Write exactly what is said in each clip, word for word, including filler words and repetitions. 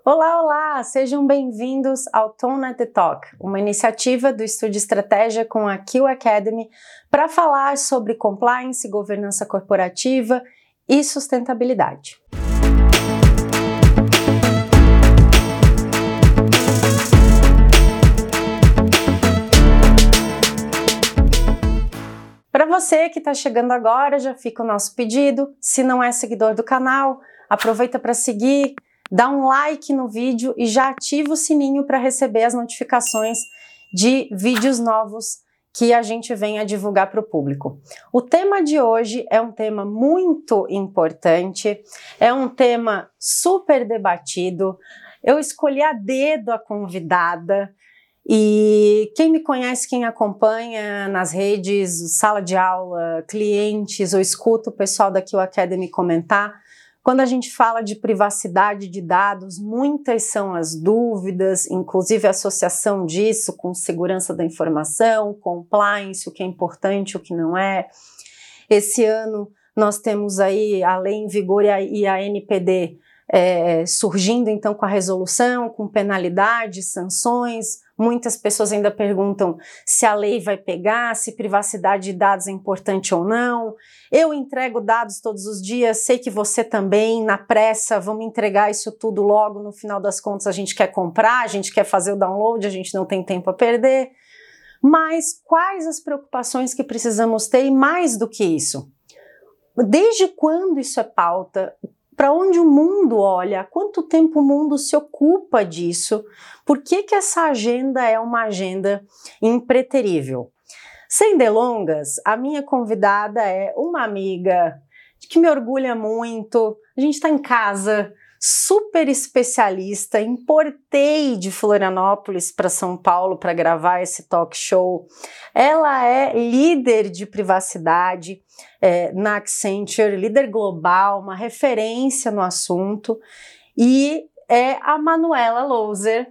Olá, olá! Sejam bem-vindos ao Tone at the Talk, uma iniciativa do Estúdio Estratégia com a Q Academy para falar sobre compliance, governança corporativa e sustentabilidade. Para você que está chegando agora, já fica o nosso pedido. Se não é seguidor do canal, aproveita para seguir, dá um like no vídeo e já ativa o sininho para receber as notificações de vídeos novos que a gente vem a divulgar para o público. O tema de hoje é um tema muito importante, é um tema super debatido. Eu escolhi a dedo a convidada. E quem me conhece, quem acompanha nas redes, sala de aula, clientes, ou escuta o pessoal da Q Academy comentar, quando a gente fala de privacidade de dados, muitas são as dúvidas, inclusive a associação disso com segurança da informação, compliance, o que é importante, o que não é. Esse ano nós temos aí a lei em vigor e a, e a N P D é, surgindo então com a resolução, com penalidades, sanções. Muitas pessoas ainda perguntam se a lei vai pegar, se privacidade de dados é importante ou não. Eu entrego dados todos os dias, sei que você também, na pressa, vamos entregar isso tudo logo, no final das contas a gente quer comprar, a gente quer fazer o download, a gente não tem tempo a perder. Mas quais as preocupações que precisamos ter e mais do que isso? Desde quando isso é pauta? Para onde o mundo olha? Há quanto tempo o mundo se ocupa disso? Por que que essa agenda é uma agenda impreterível? Sem delongas, a minha convidada é uma amiga que me orgulha muito. A gente está em casa, super especialista. Importei de Florianópolis para São Paulo para gravar esse talk show. Ela é líder de privacidade é, na Accenture, líder global, uma referência no assunto, e é a Manuela Loser.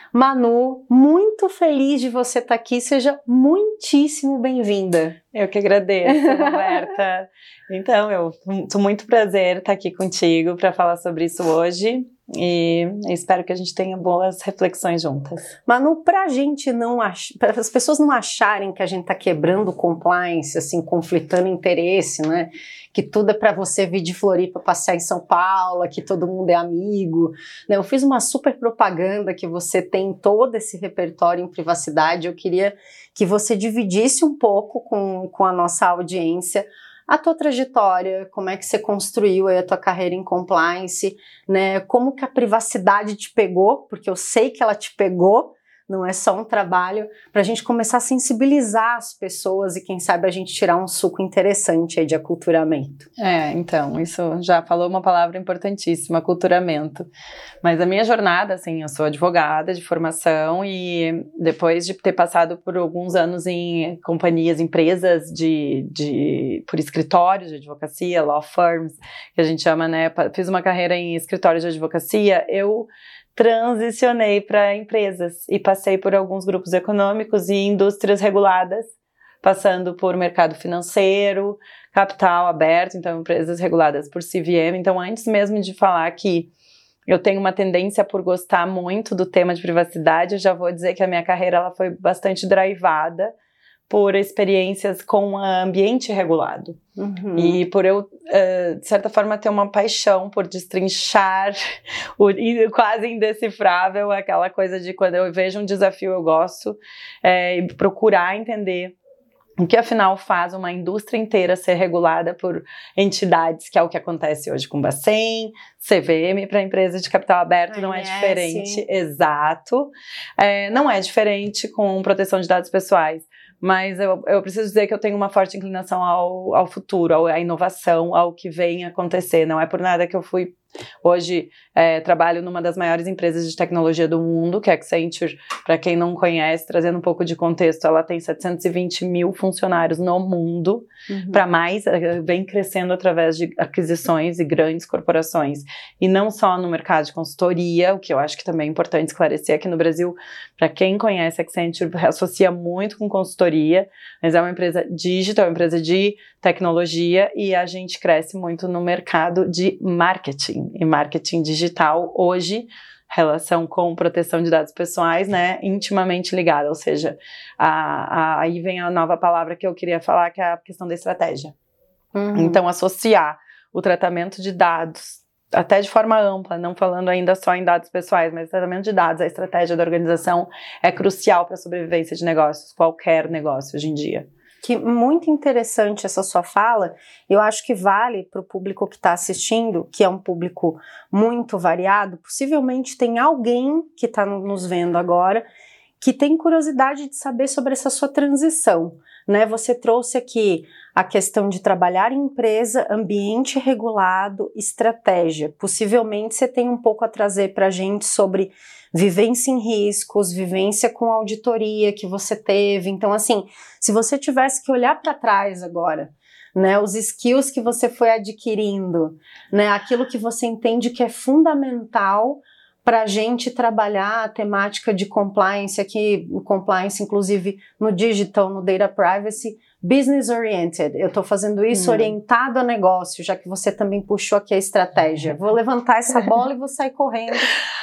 Manu, muito feliz de você estar aqui, seja muitíssimo bem-vinda. Eu que agradeço, Roberta. Então, eu tô muito prazer estar aqui contigo para falar sobre isso hoje e espero que a gente tenha boas reflexões juntas. Manu, para a gente não ach... para as pessoas não acharem que a gente está quebrando compliance, assim, conflitando interesse, né? Que tudo é para você vir de Floripa passear em São Paulo, que todo mundo é amigo, né? Eu fiz uma super propaganda que você tem todo esse repertório em privacidade. Eu queria que você dividisse um pouco com, com a nossa audiência a tua trajetória, como é que você construiu aí a tua carreira em compliance, né? Como que a privacidade te pegou, porque eu sei que ela te pegou, não é só um trabalho, para a gente começar a sensibilizar as pessoas e quem sabe a gente tirar um suco interessante aí de aculturamento. É, então, isso já falou uma palavra importantíssima, aculturamento. Mas a minha jornada, assim, eu sou advogada de formação e depois de ter passado por alguns anos em companhias, empresas de, de por escritórios de advocacia, law firms, que a gente chama, né, fiz uma carreira em escritórios de advocacia, eu transicionei para empresas e passei por alguns grupos econômicos e indústrias reguladas, passando por mercado financeiro, capital aberto, então empresas reguladas por C V M. Então, antes mesmo de falar que eu tenho uma tendência por gostar muito do tema de privacidade, eu já vou dizer que a minha carreira ela foi bastante drivada por experiências com ambiente regulado. Uhum. E por eu, uh, de certa forma, ter uma paixão por destrinchar o quase indecifrável, aquela coisa de quando eu vejo um desafio eu gosto, é, e procurar entender o que afinal faz uma indústria inteira ser regulada por entidades, que é o que acontece hoje com Bacen, C V M para empresas de capital aberto, não é diferente, exato, é, não é diferente com proteção de dados pessoais. Mas eu, eu preciso dizer que eu tenho uma forte inclinação ao, ao futuro, ao, à inovação, ao que vem acontecer. Não é por nada que eu fui... Hoje é, trabalho numa das maiores empresas de tecnologia do mundo, que é a Accenture. Para quem não conhece, trazendo um pouco de contexto, ela tem setecentos e vinte mil funcionários no mundo, uhum. Para mais, vem crescendo através de aquisições e grandes corporações. E não só no mercado de consultoria, o que eu acho que também é importante esclarecer aqui no Brasil, para quem conhece a Accenture, associa muito com consultoria, mas é uma empresa digital, é uma empresa de tecnologia e a gente cresce muito no mercado de marketing. E marketing digital hoje relação com proteção de dados pessoais, né, intimamente ligada, ou seja, a, a, aí vem a nova palavra que eu queria falar, que é a questão da estratégia. Uhum. Então, associar o tratamento de dados, até de forma ampla, não falando ainda só em dados pessoais, mas o tratamento de dados, a estratégia da organização é crucial para a sobrevivência de negócios, qualquer negócio hoje em dia. Que muito interessante essa sua fala, eu acho que vale para o público que está assistindo, que é um público muito variado, possivelmente tem alguém que está nos vendo agora, que tem curiosidade de saber sobre essa sua transição, né? Você trouxe aqui a questão de trabalhar em empresa, ambiente regulado, estratégia. Possivelmente você tem um pouco a trazer para a gente sobre vivência em riscos, vivência com auditoria que você teve. Então, assim, se você tivesse que olhar para trás agora, né, os skills que você foi adquirindo, né, aquilo que você entende que é fundamental para a gente trabalhar a temática de compliance aqui, o compliance inclusive no digital, no data privacy, business oriented. Eu estou fazendo isso hum. orientado a negócio, já que você também puxou aqui a estratégia. Vou levantar essa bola e vou sair correndo.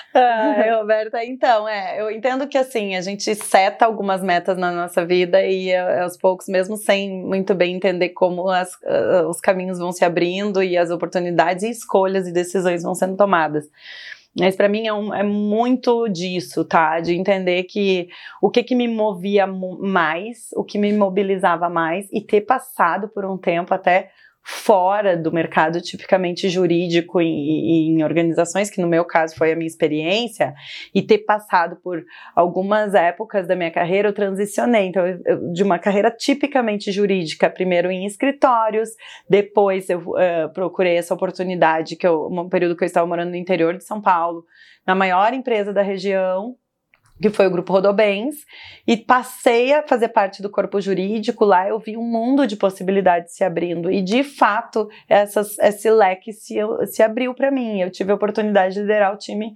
Ai, Roberta, então, é, eu entendo que assim, a gente seta algumas metas na nossa vida e aos poucos, mesmo sem muito bem entender como as, uh, os caminhos vão se abrindo e as oportunidades e escolhas e decisões vão sendo tomadas. Mas para mim é, um, é muito disso, tá? De entender que o que que me movia mais, o que me mobilizava mais e ter passado por um tempo até fora do mercado tipicamente jurídico em, em organizações, que no meu caso foi a minha experiência, e ter passado por algumas épocas da minha carreira, eu transicionei, então eu, eu, de uma carreira tipicamente jurídica, primeiro em escritórios, depois eu uh, procurei essa oportunidade, que eu, um período que eu estava morando no interior de São Paulo, na maior empresa da região, que foi o Grupo Rodobens, e passei a fazer parte do corpo jurídico. Lá eu vi um mundo de possibilidades se abrindo, e de fato essas, esse leque se, se abriu para mim. Eu tive a oportunidade de liderar o time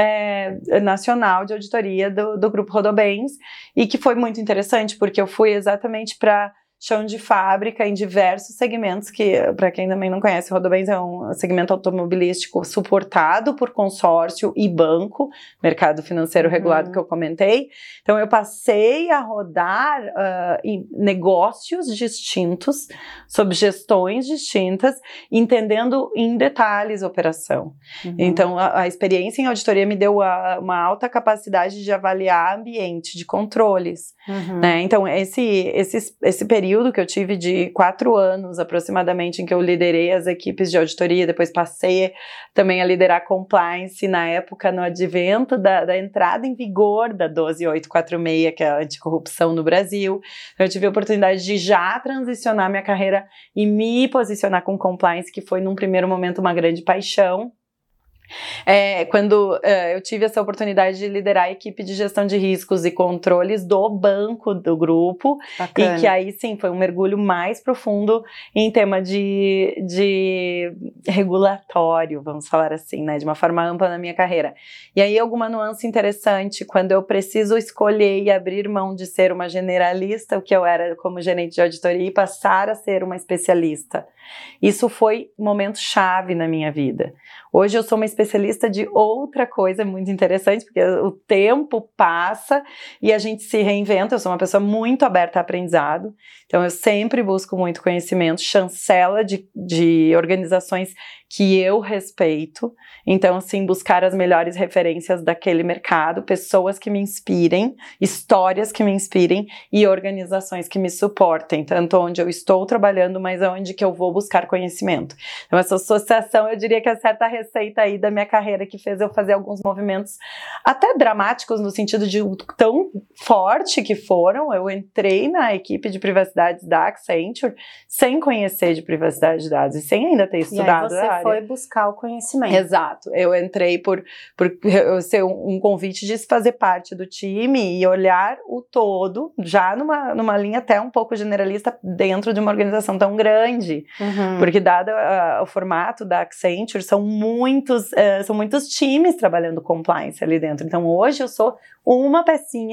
é, nacional de auditoria do, do Grupo Rodobens, e que foi muito interessante, porque eu fui exatamente para chão de fábrica em diversos segmentos, que, para quem também não conhece, o Rodobens é um segmento automobilístico suportado por consórcio e banco, mercado financeiro uhum. regulado que eu comentei. Então eu passei a rodar uh, em negócios distintos, sob gestões distintas, entendendo em detalhes a operação. Uhum. Então a, a experiência em auditoria me deu a, uma alta capacidade de avaliar ambiente de controles. Uhum. Né? Então esse, esse, esse período período que eu tive de quatro anos aproximadamente, em que eu liderei as equipes de auditoria, depois passei também a liderar compliance na época, no advento da, da entrada em vigor da doze mil oitocentos e quarenta e seis, que é a anticorrupção no Brasil. Eu tive a oportunidade de já transicionar minha carreira e me posicionar com compliance, que foi num primeiro momento uma grande paixão. É, quando é, eu tive essa oportunidade de liderar a equipe de gestão de riscos e controles do banco do grupo. Bacana. E que aí sim foi um mergulho mais profundo em tema de, de regulatório, vamos falar assim, né, de uma forma ampla na minha carreira. E aí alguma nuance interessante, quando eu preciso escolher e abrir mão de ser uma generalista, o que eu era como gerente de auditoria, e passar a ser uma especialista. Isso foi um momento chave na minha vida. Hoje eu sou uma especialista de outra coisa muito interessante, porque o tempo passa e a gente se reinventa. Eu sou uma pessoa muito aberta a aprendizado, então eu sempre busco muito conhecimento, chancela de, de organizações que eu respeito. Então, assim, buscar as melhores referências daquele mercado, pessoas que me inspirem, histórias que me inspirem e organizações que me suportem, tanto onde eu estou trabalhando, mas onde que eu vou buscar conhecimento. Então, essa associação, eu diria que é certa receita aí da minha carreira, que fez eu fazer alguns movimentos até dramáticos, no sentido de tão forte que foram. Eu entrei na equipe de privacidade da Accenture sem conhecer de privacidade de dados e sem ainda ter estudado. E aí você foi buscar o conhecimento. Exato. Eu entrei por, por ser um, um convite de fazer parte do time e olhar o todo, já numa, numa linha até um pouco generalista, dentro de uma organização tão grande. Uhum. Porque dado uh, o formato da Accenture, são muitos, uh, são muitos times trabalhando compliance ali dentro. Então hoje eu sou uma pecinha de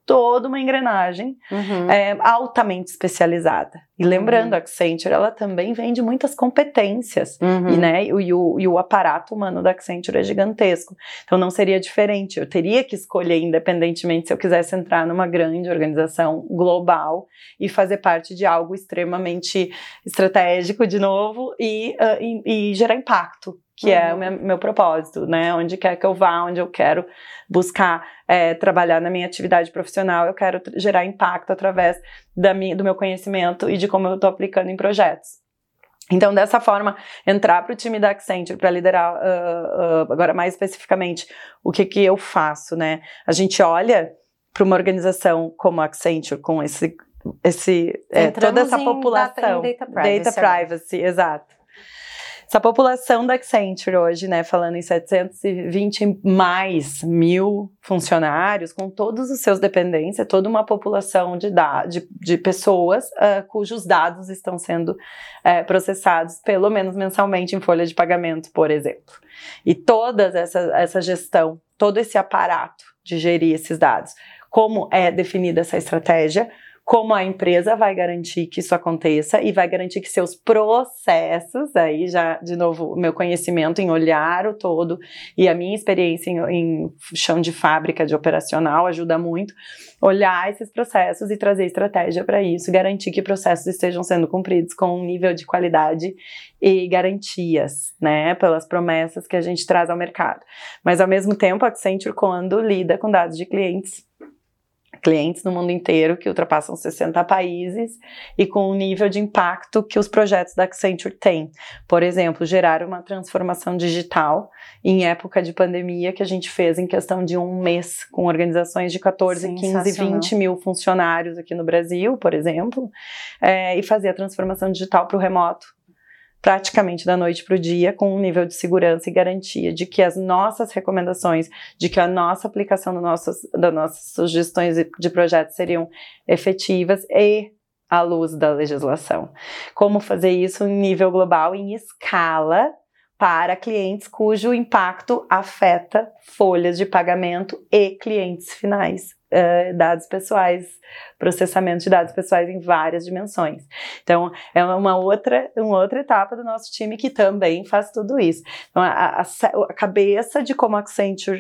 toda uma engrenagem uhum. é, altamente especializada. E lembrando, a Accenture, ela também vende muitas competências, uhum. e, né, e, o, e o aparato humano da Accenture é gigantesco. Então não seria diferente, eu teria que escolher independentemente se eu quisesse entrar numa grande organização global e fazer parte de algo extremamente estratégico, de novo, e, uh, e, e gerar impacto, que uhum. é o meu, meu propósito, né, onde quer que eu vá, onde eu quero buscar é, trabalhar na minha atividade profissional, eu quero gerar impacto através da minha, do meu conhecimento e de como eu estou aplicando em projetos. Então, dessa forma, entrar para o time da Accenture para liderar, uh, uh, agora mais especificamente, o que, que eu faço, né? A gente olha para uma organização como a Accenture, com esse, esse é, toda essa população. Data, data privacy. Data privacy, exato. Essa população da Accenture hoje, né, falando em setecentos e vinte mais mil funcionários, com todos os seus dependentes, é toda uma população de, de, de pessoas uh, cujos dados estão sendo uh, processados pelo menos mensalmente em folha de pagamento, por exemplo. E toda essa, essa gestão, todo esse aparato de gerir esses dados, como é definida essa estratégia, como a empresa vai garantir que isso aconteça e vai garantir que seus processos, aí já, de novo, o meu conhecimento em olhar o todo e a minha experiência em, em chão de fábrica, de operacional, ajuda muito, olhar esses processos e trazer estratégia para isso, garantir que processos estejam sendo cumpridos com um nível de qualidade e garantias, né, pelas promessas que a gente traz ao mercado. Mas, ao mesmo tempo, a Accenture, quando lida com dados de clientes, clientes no mundo inteiro que ultrapassam sessenta países e com o nível de impacto que os projetos da Accenture têm. Por exemplo, gerar uma transformação digital em época de pandemia que a gente fez em questão de um mês, com organizações de quatorze, quinze, vinte mil funcionários aqui no Brasil, por exemplo, é, e fazer a transformação digital para o remoto, praticamente da noite para o dia, com um nível de segurança e garantia de que as nossas recomendações, de que a nossa aplicação do nossos, das nossas sugestões de projetos seriam efetivas e à luz da legislação. Como fazer isso em nível global, em escala, para clientes cujo impacto afeta folhas de pagamento e clientes finais. Uh, dados pessoais, processamento de dados pessoais em várias dimensões. Então, é uma outra, uma outra etapa do nosso time que também faz tudo isso. Então, a, a, a cabeça de como a Accenture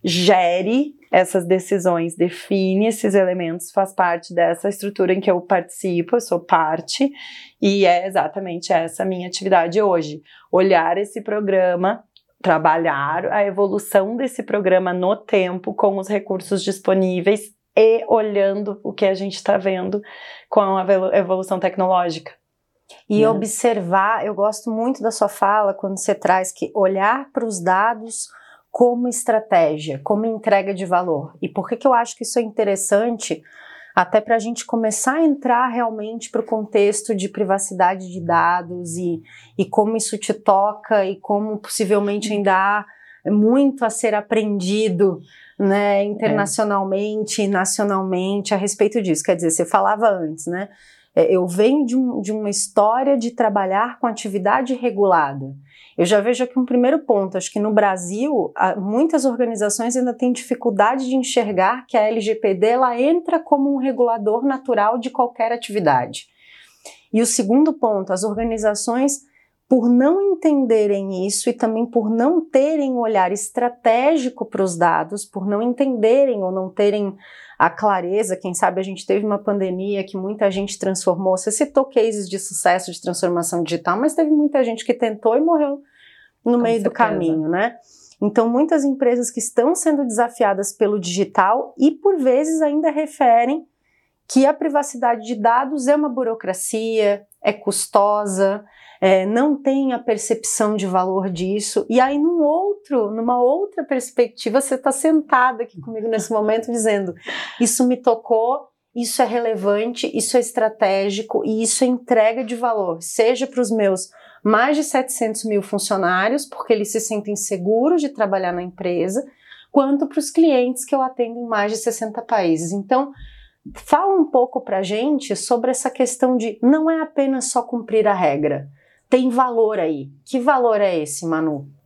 gere essas decisões, define esses elementos, faz parte dessa estrutura em que eu participo, eu sou parte, e é exatamente essa a minha atividade hoje. Olhar esse programa, trabalhar a evolução desse programa no tempo, com os recursos disponíveis e olhando o que a gente está vendo com a evolução tecnológica. E é. observar, eu gosto muito da sua fala quando você traz que olhar para os dados como estratégia, como entrega de valor. E por que que eu acho que isso é interessante? Até para a gente começar a entrar realmente para o contexto de privacidade de dados e, e como isso te toca e como possivelmente ainda há muito a ser aprendido, né, internacionalmente e nacionalmente a respeito disso. Quer dizer, você falava antes, né? Eu venho de, um, de uma história de trabalhar com atividade regulada. Eu já vejo aqui um primeiro ponto, acho que no Brasil, muitas organizações ainda têm dificuldade de enxergar que a L G P D ela entra como um regulador natural de qualquer atividade. E o segundo ponto, as organizações, por não entenderem isso e também por não terem um olhar estratégico para os dados, por não entenderem ou não terem a clareza, quem sabe a gente teve uma pandemia que muita gente transformou, você citou cases de sucesso de transformação digital, mas teve muita gente que tentou e morreu no Com meio certeza. do caminho, né? Então muitas empresas que estão sendo desafiadas pelo digital e por vezes ainda referem que a privacidade de dados é uma burocracia, é custosa, é, não tem a percepção de valor disso, e aí num outro, numa outra perspectiva você está sentada aqui comigo nesse momento dizendo, isso me tocou, isso é relevante, isso é estratégico e isso é entrega de valor, seja para os meus mais de setecentos mil funcionários, porque eles se sentem seguros de trabalhar na empresa, quanto para os clientes que eu atendo em mais de sessenta países. Então, fala um pouco pra gente sobre essa questão de não é apenas só cumprir a regra, tem valor aí. Que valor é esse, Manu?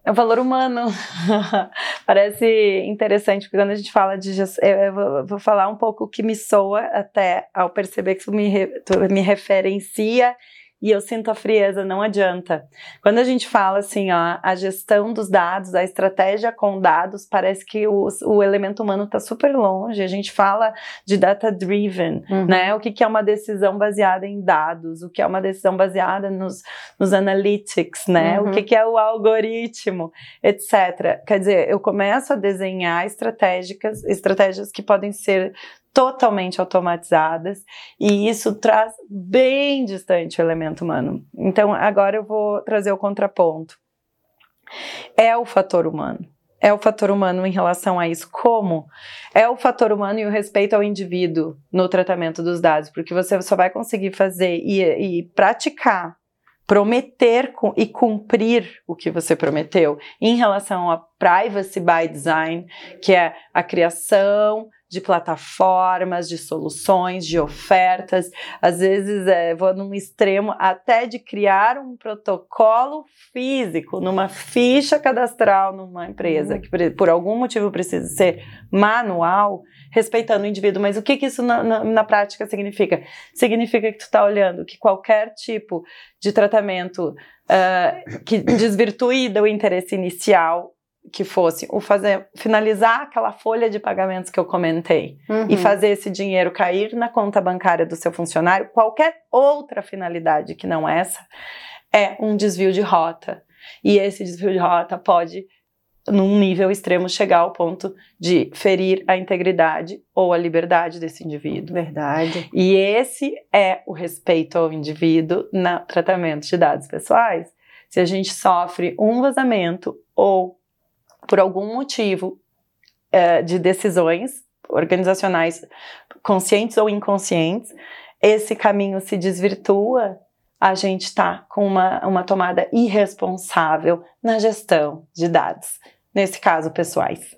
É o valor humano. Parece interessante, porque quando a gente fala de gestão, eu vou, eu vou falar um pouco o que me soa até ao perceber que tu me, re, tu me referencia e eu sinto a frieza, não adianta. Quando a gente fala assim, ó, a gestão dos dados, a estratégia com dados, parece que o, o elemento humano está super longe. A gente fala de data-driven, uhum. né? O que, que é uma decisão baseada em dados, o que é uma decisão baseada nos, nos analytics, né? Uhum. O que, que é o algoritmo, etcétera. Quer dizer, eu começo a desenhar estratégicas, estratégias que podem ser totalmente automatizadas, e isso traz bem distante o elemento humano. Então, agora eu vou trazer o contraponto. É o fator humano. É o fator humano em relação a isso. Como? É o fator humano e o respeito ao indivíduo no tratamento dos dados, porque você só vai conseguir fazer e, e praticar, prometer e cumprir o que você prometeu em relação a privacy by design, que é a criação de plataformas, de soluções, de ofertas, às vezes é, vou num extremo até de criar um protocolo físico, numa ficha cadastral numa empresa, que por algum motivo precisa ser manual, respeitando o indivíduo. Mas o que, que isso na, na, na prática significa? Significa que tu está olhando que qualquer tipo de tratamento uh, que desvirtue do interesse inicial, que fosse o fazer, finalizar aquela folha de pagamentos que eu comentei, uhum. e fazer esse dinheiro cair na conta bancária do seu funcionário, qualquer outra finalidade que não essa, é um desvio de rota. E esse desvio de rota pode, num nível extremo, chegar ao ponto de ferir a integridade ou a liberdade desse indivíduo. Verdade. E esse é o respeito ao indivíduo no tratamento de dados pessoais. Se a gente sofre um vazamento ou por algum motivo é, de decisões organizacionais conscientes ou inconscientes, esse caminho se desvirtua, a gente está com uma, uma tomada irresponsável na gestão de dados, nesse caso pessoais.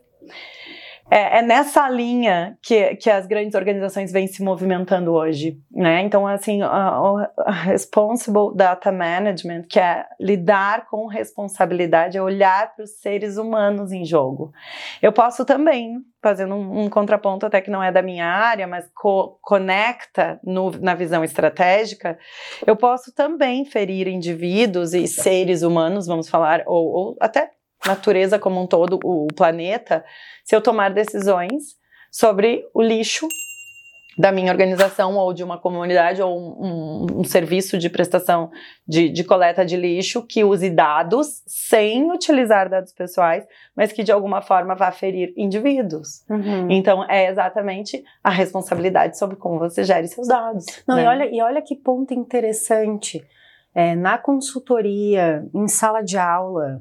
É, é nessa linha que, que as grandes organizações vêm se movimentando hoje, né? Então, assim, a, a Responsible Data Management, que é lidar com responsabilidade, é olhar para os seres humanos em jogo. Eu posso também, fazendo um, um contraponto até que não é da minha área, mas co conecta no, na visão estratégica, eu posso também ferir indivíduos e seres humanos, vamos falar, ou, ou até natureza como um todo, o planeta, se eu tomar decisões sobre o lixo da minha organização ou de uma comunidade ou um, um, um serviço de prestação de, de coleta de lixo que use dados sem utilizar dados pessoais, mas que de alguma forma vá ferir indivíduos. Uhum. Então é exatamente a responsabilidade sobre como você gere seus dados. Não, né? e, olha, e olha que ponto interessante, é, na consultoria, em sala de aula,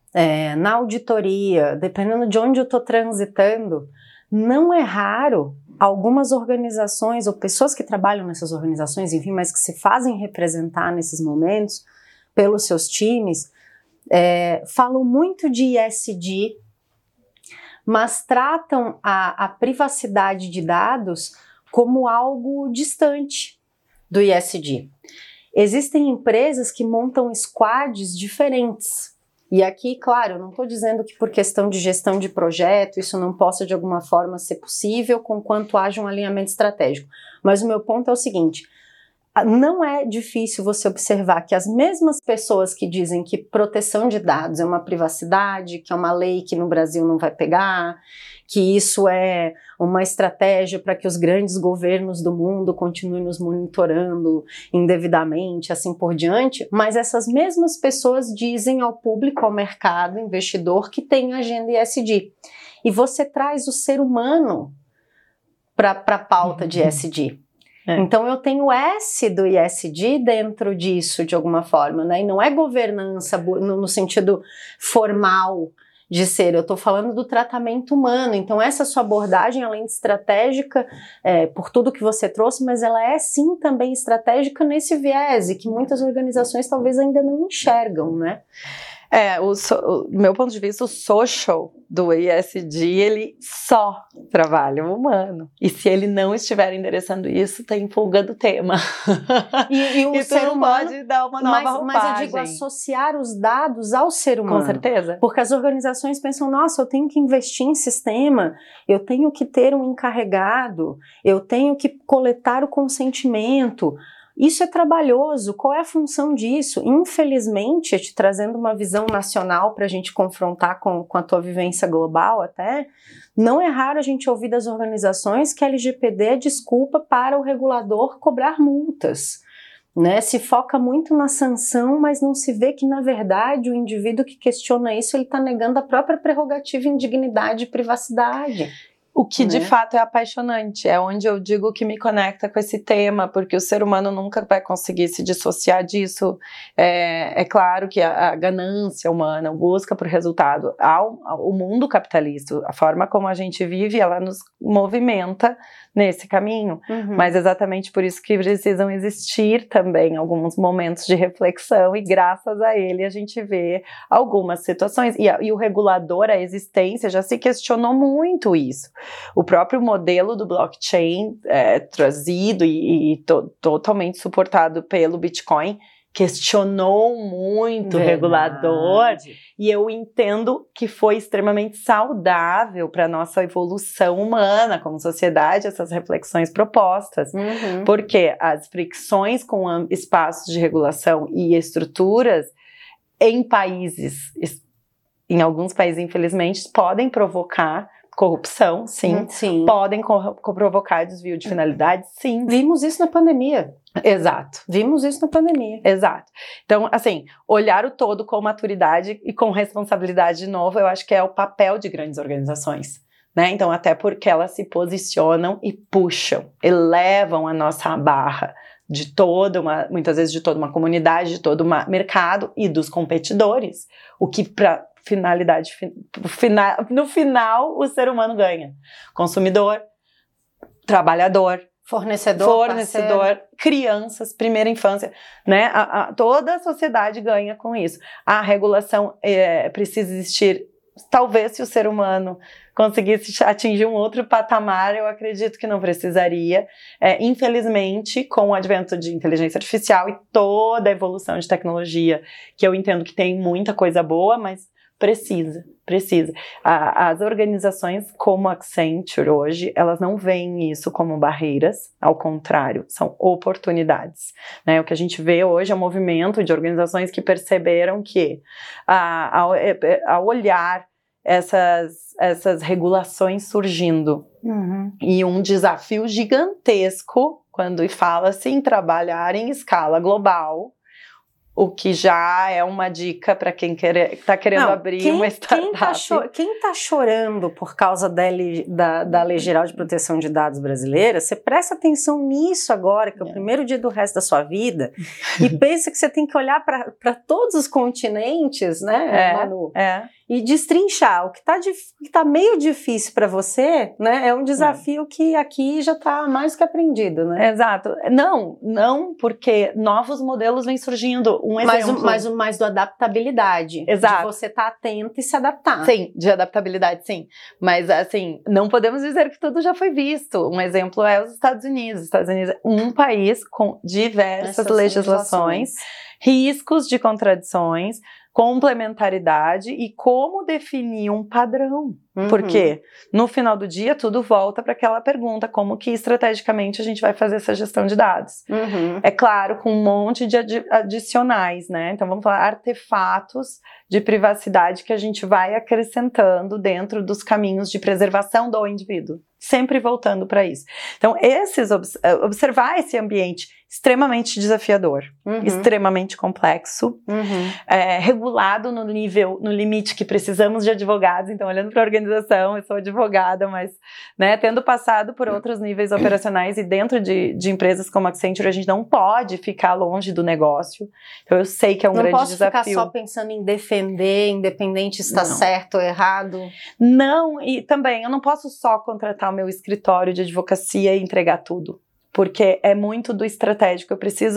É, na auditoria, dependendo de onde eu estou transitando, não é raro algumas organizações ou pessoas que trabalham nessas organizações, enfim, mas que se fazem representar nesses momentos pelos seus times, é, falam muito de E S G, mas tratam a, a privacidade de dados como algo distante do E S G. Existem empresas que montam squads diferentes. E aqui, claro, eu não estou dizendo que por questão de gestão de projeto isso não possa de alguma forma ser possível, conquanto haja um alinhamento estratégico. Mas o meu ponto é o seguinte, não é difícil você observar que as mesmas pessoas que dizem que proteção de dados é uma privacidade, que é uma lei que no Brasil não vai pegar, que isso é uma estratégia para que os grandes governos do mundo continuem nos monitorando indevidamente, assim por diante, mas essas mesmas pessoas dizem ao público, ao mercado, investidor, que tem agenda E S G. E você traz o ser humano para a pauta de E S G. É. Então eu tenho o S do E S G dentro disso de alguma forma, né? E não é governança no, no sentido formal de ser, eu estou falando do tratamento humano. Então essa sua abordagem, além de estratégica, é, por tudo que você trouxe, mas ela é sim também estratégica nesse viés, e que muitas organizações talvez ainda não enxergam, né? É, o, so, o meu ponto de vista, o social do E S G, ele só trabalha o humano. E se ele não estiver endereçando isso, tem fuga do tema. E, e o e ser humano pode dar uma nova mas, roupagem. mas eu digo associar os dados ao ser humano. Com certeza. Porque as organizações pensam, nossa, eu tenho que investir em sistema, eu tenho que ter um encarregado, eu tenho que coletar o consentimento. Isso é trabalhoso. Qual é a função disso? Infelizmente, te trazendo uma visão nacional para a gente confrontar com, com a tua vivência global até, não é raro a gente ouvir das organizações que a L G P D é desculpa para o regulador cobrar multas. Né? Se foca muito na sanção, mas não se vê que, na verdade, o indivíduo que questiona isso, ele está negando a própria prerrogativa em dignidade e privacidade. O que, né? de fato, é apaixonante, é onde eu digo que me conecta com esse tema, porque o ser humano nunca vai conseguir se dissociar disso. É, é claro que a, a ganância humana, busca por resultado, ao, ao, o mundo capitalista, a forma como a gente vive, ela nos movimenta nesse caminho, Uhum. mas exatamente por isso que precisam existir também alguns momentos de reflexão, e graças a ele a gente vê algumas situações, e, a, e o regulador, a existência, já se questionou muito isso. O próprio modelo do blockchain é, trazido e, e to, totalmente suportado pelo Bitcoin questionou muito o regulador, e eu entendo que foi extremamente saudável para a nossa evolução humana como sociedade, essas reflexões propostas, Uhum. porque as fricções com espaços de regulação e estruturas em países, em alguns países infelizmente, podem provocar corrupção, sim. sim. Podem co- provocar desvio de finalidade, sim. Vimos isso na pandemia. Exato. Vimos isso na pandemia. Exato. Então, assim, olhar o todo com maturidade e com responsabilidade de novo, eu acho que é o papel de grandes organizações, né? Então, até porque elas se posicionam e puxam, elevam a nossa barra de toda uma, muitas vezes de toda uma comunidade, de todo um mercado e dos competidores, o que para finalidade, no final o ser humano ganha. Consumidor, trabalhador, fornecedor, fornecedor, parceiro. Crianças, primeira infância, né? A, a, toda a sociedade ganha com isso. A regulação é, precisa existir. Talvez se o ser humano conseguisse atingir um outro patamar, eu acredito que não precisaria. É, infelizmente, com o advento de inteligência artificial e toda a evolução de tecnologia, que eu entendo que tem muita coisa boa, mas precisa, precisa. A, as organizações como a Accenture hoje, elas não veem isso como barreiras, ao contrário, são oportunidades. Né? O que a gente vê hoje é um movimento de organizações que perceberam que, a, ao, ao olhar essas, essas regulações surgindo, uhum. e um desafio gigantesco, quando fala-se em trabalhar em escala global, o que já é uma dica para quem está querendo Não, abrir quem, uma startup. Quem está cho tá chorando por causa da, da, da Lei Geral de Proteção de Dados brasileira, você presta atenção nisso agora, que é o é. primeiro dia do resto da sua vida, e pensa que você tem que olhar para todos os continentes, né, é, Manu? É. E destrinchar. O que está tá meio difícil para você, né, é um desafio é. que aqui já está mais que aprendido, né? Exato. Não, não, porque novos modelos vêm surgindo. Um mas, exemplo. O, mas o mais do adaptabilidade. Exato. De você estar tá atento e se adaptar. Sim, de adaptabilidade, sim. Mas, assim, não podemos dizer que tudo já foi visto. Um exemplo é os Estados Unidos. Os Estados Unidos é um país com diversas Essas legislações, legislações, riscos de contradições, complementaridade e como definir um padrão. Uhum. Porque no final do dia tudo volta para aquela pergunta, como que estrategicamente a gente vai fazer essa gestão de dados. Uhum. É claro, com um monte de adi adicionais, né? Então vamos falar artefatos de privacidade que a gente vai acrescentando dentro dos caminhos de preservação do indivíduo. Sempre voltando para isso. Então, esses obs observar esse ambiente extremamente desafiador, uhum. extremamente complexo, uhum. é, regulado no nível, no limite que precisamos de advogados. Então, olhando para a organização, eu sou advogada, mas, né, tendo passado por outros níveis operacionais e dentro de, de empresas como a Accenture, a gente não pode ficar longe do negócio. Então, eu sei que é um não grande desafio. Não posso ficar só pensando em defender, independente se está certo ou errado. Não, e também eu não posso só contratar o meu escritório de advocacia e entregar tudo, porque é muito do estratégico. Eu preciso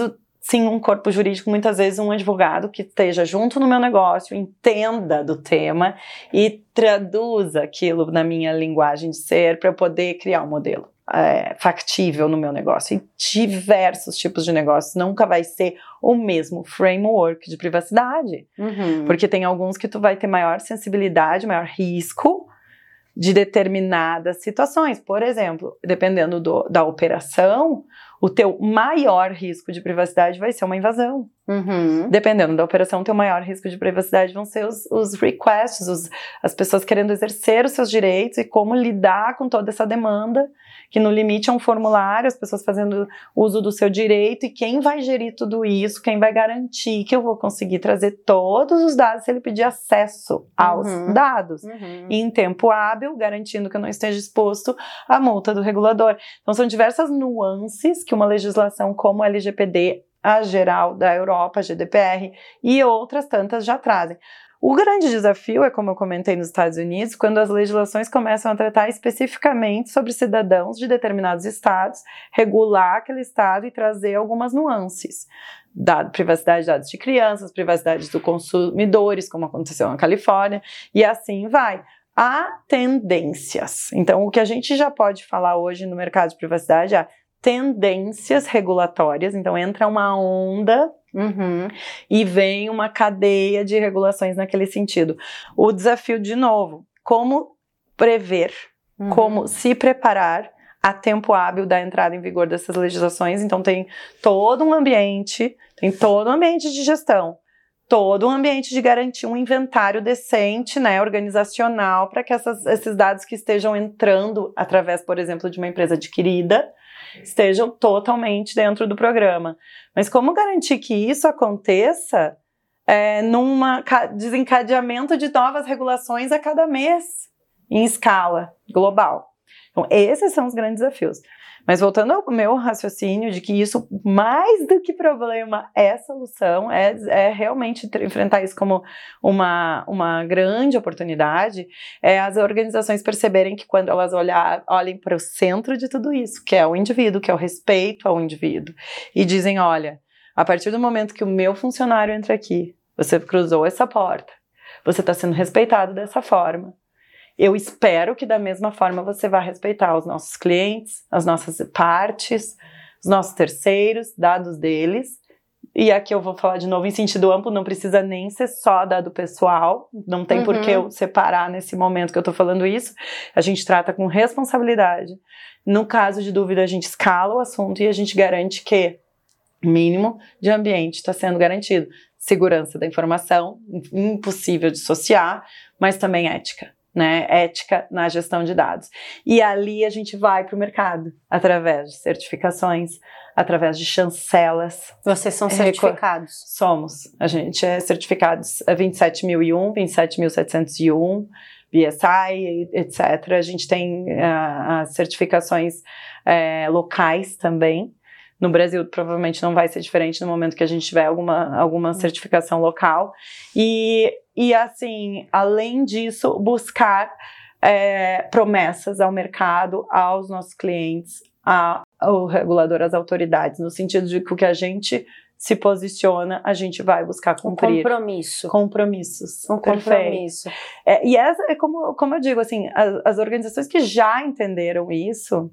sim, um corpo jurídico, muitas vezes um advogado que esteja junto no meu negócio, entenda do tema e traduza aquilo na minha linguagem de ser para eu poder criar um modelo é, factível no meu negócio. E diversos tipos de negócios, nunca vai ser o mesmo framework de privacidade, Uhum. porque tem alguns que tu vai ter maior sensibilidade, maior risco de determinadas situações. Por exemplo, dependendo do, da operação, o teu maior risco de privacidade vai ser uma invasão. Uhum. Dependendo da operação, o teu maior risco de privacidade vão ser os, os requests, os, as pessoas querendo exercer os seus direitos e como lidar com toda essa demanda, que no limite é um formulário, as pessoas fazendo uso do seu direito, e quem vai gerir tudo isso, quem vai garantir que eu vou conseguir trazer todos os dados se ele pedir acesso aos Uhum. dados, Uhum. em tempo hábil, garantindo que eu não esteja exposto à multa do regulador. Então são diversas nuances que uma legislação como a L G P D, a geral da Europa, a G D P R e outras tantas já trazem. O grande desafio é, como eu comentei nos Estados Unidos, quando as legislações começam a tratar especificamente sobre cidadãos de determinados estados, regular aquele estado e trazer algumas nuances. Dado, privacidade de dados de crianças, privacidade dos consumidores, como aconteceu na Califórnia, e assim vai. Há tendências. Então, o que a gente já pode falar hoje no mercado de privacidade é tendências regulatórias, então entra uma onda Uhum. e vem uma cadeia de regulações naquele sentido. O desafio, de novo, como prever, Uhum. como se preparar a tempo hábil da entrada em vigor dessas legislações. Então tem todo um ambiente, tem todo um ambiente de gestão, todo um ambiente de garantir um inventário decente, né, organizacional, para que essas, esses dados que estejam entrando através, por exemplo, de uma empresa adquirida, estejam totalmente dentro do programa. Mas como garantir que isso aconteça é, num desencadeamento de novas regulações a cada mês, em escala global? Então, esses são os grandes desafios. Mas voltando ao meu raciocínio de que isso, mais do que problema, é solução, é, é realmente enfrentar isso como uma, uma grande oportunidade, é as organizações perceberem que quando elas olhar, olhem para o centro de tudo isso, que é o indivíduo, que é o respeito ao indivíduo, e dizem, olha, a partir do momento que o meu funcionário entra aqui, você cruzou essa porta, você está sendo respeitado dessa forma, eu espero que da mesma forma você vá respeitar os nossos clientes, as nossas partes, os nossos terceiros, dados deles. E aqui eu vou falar de novo em sentido amplo, não precisa nem ser só dado pessoal, não tem Uhum. por que eu separar nesse momento que eu tô falando isso. A gente trata com responsabilidade. No caso de dúvida, a gente escala o assunto e a gente garante que o mínimo de ambiente está sendo garantido. Segurança da informação, impossível dissociar, mas também ética. Né, ética na gestão de dados. E ali a gente vai para o mercado, através de certificações, através de chancelas. Vocês são certificados? Somos. A gente é certificados vinte e sete mil e um, vinte e sete mil setecentos e um, B S I, etcétera. A gente tem uh, as certificações uh, locais também. No Brasil, provavelmente não vai ser diferente no momento que a gente tiver alguma, alguma certificação local. E, e, assim, além disso, buscar é, promessas ao mercado, aos nossos clientes, ao regulador, às autoridades, no sentido de que o que a gente se posiciona, a gente vai buscar cumprir. Um compromisso. Compromissos. Um compromisso. É, e essa é como, como eu digo, assim, as, as organizações que já entenderam isso,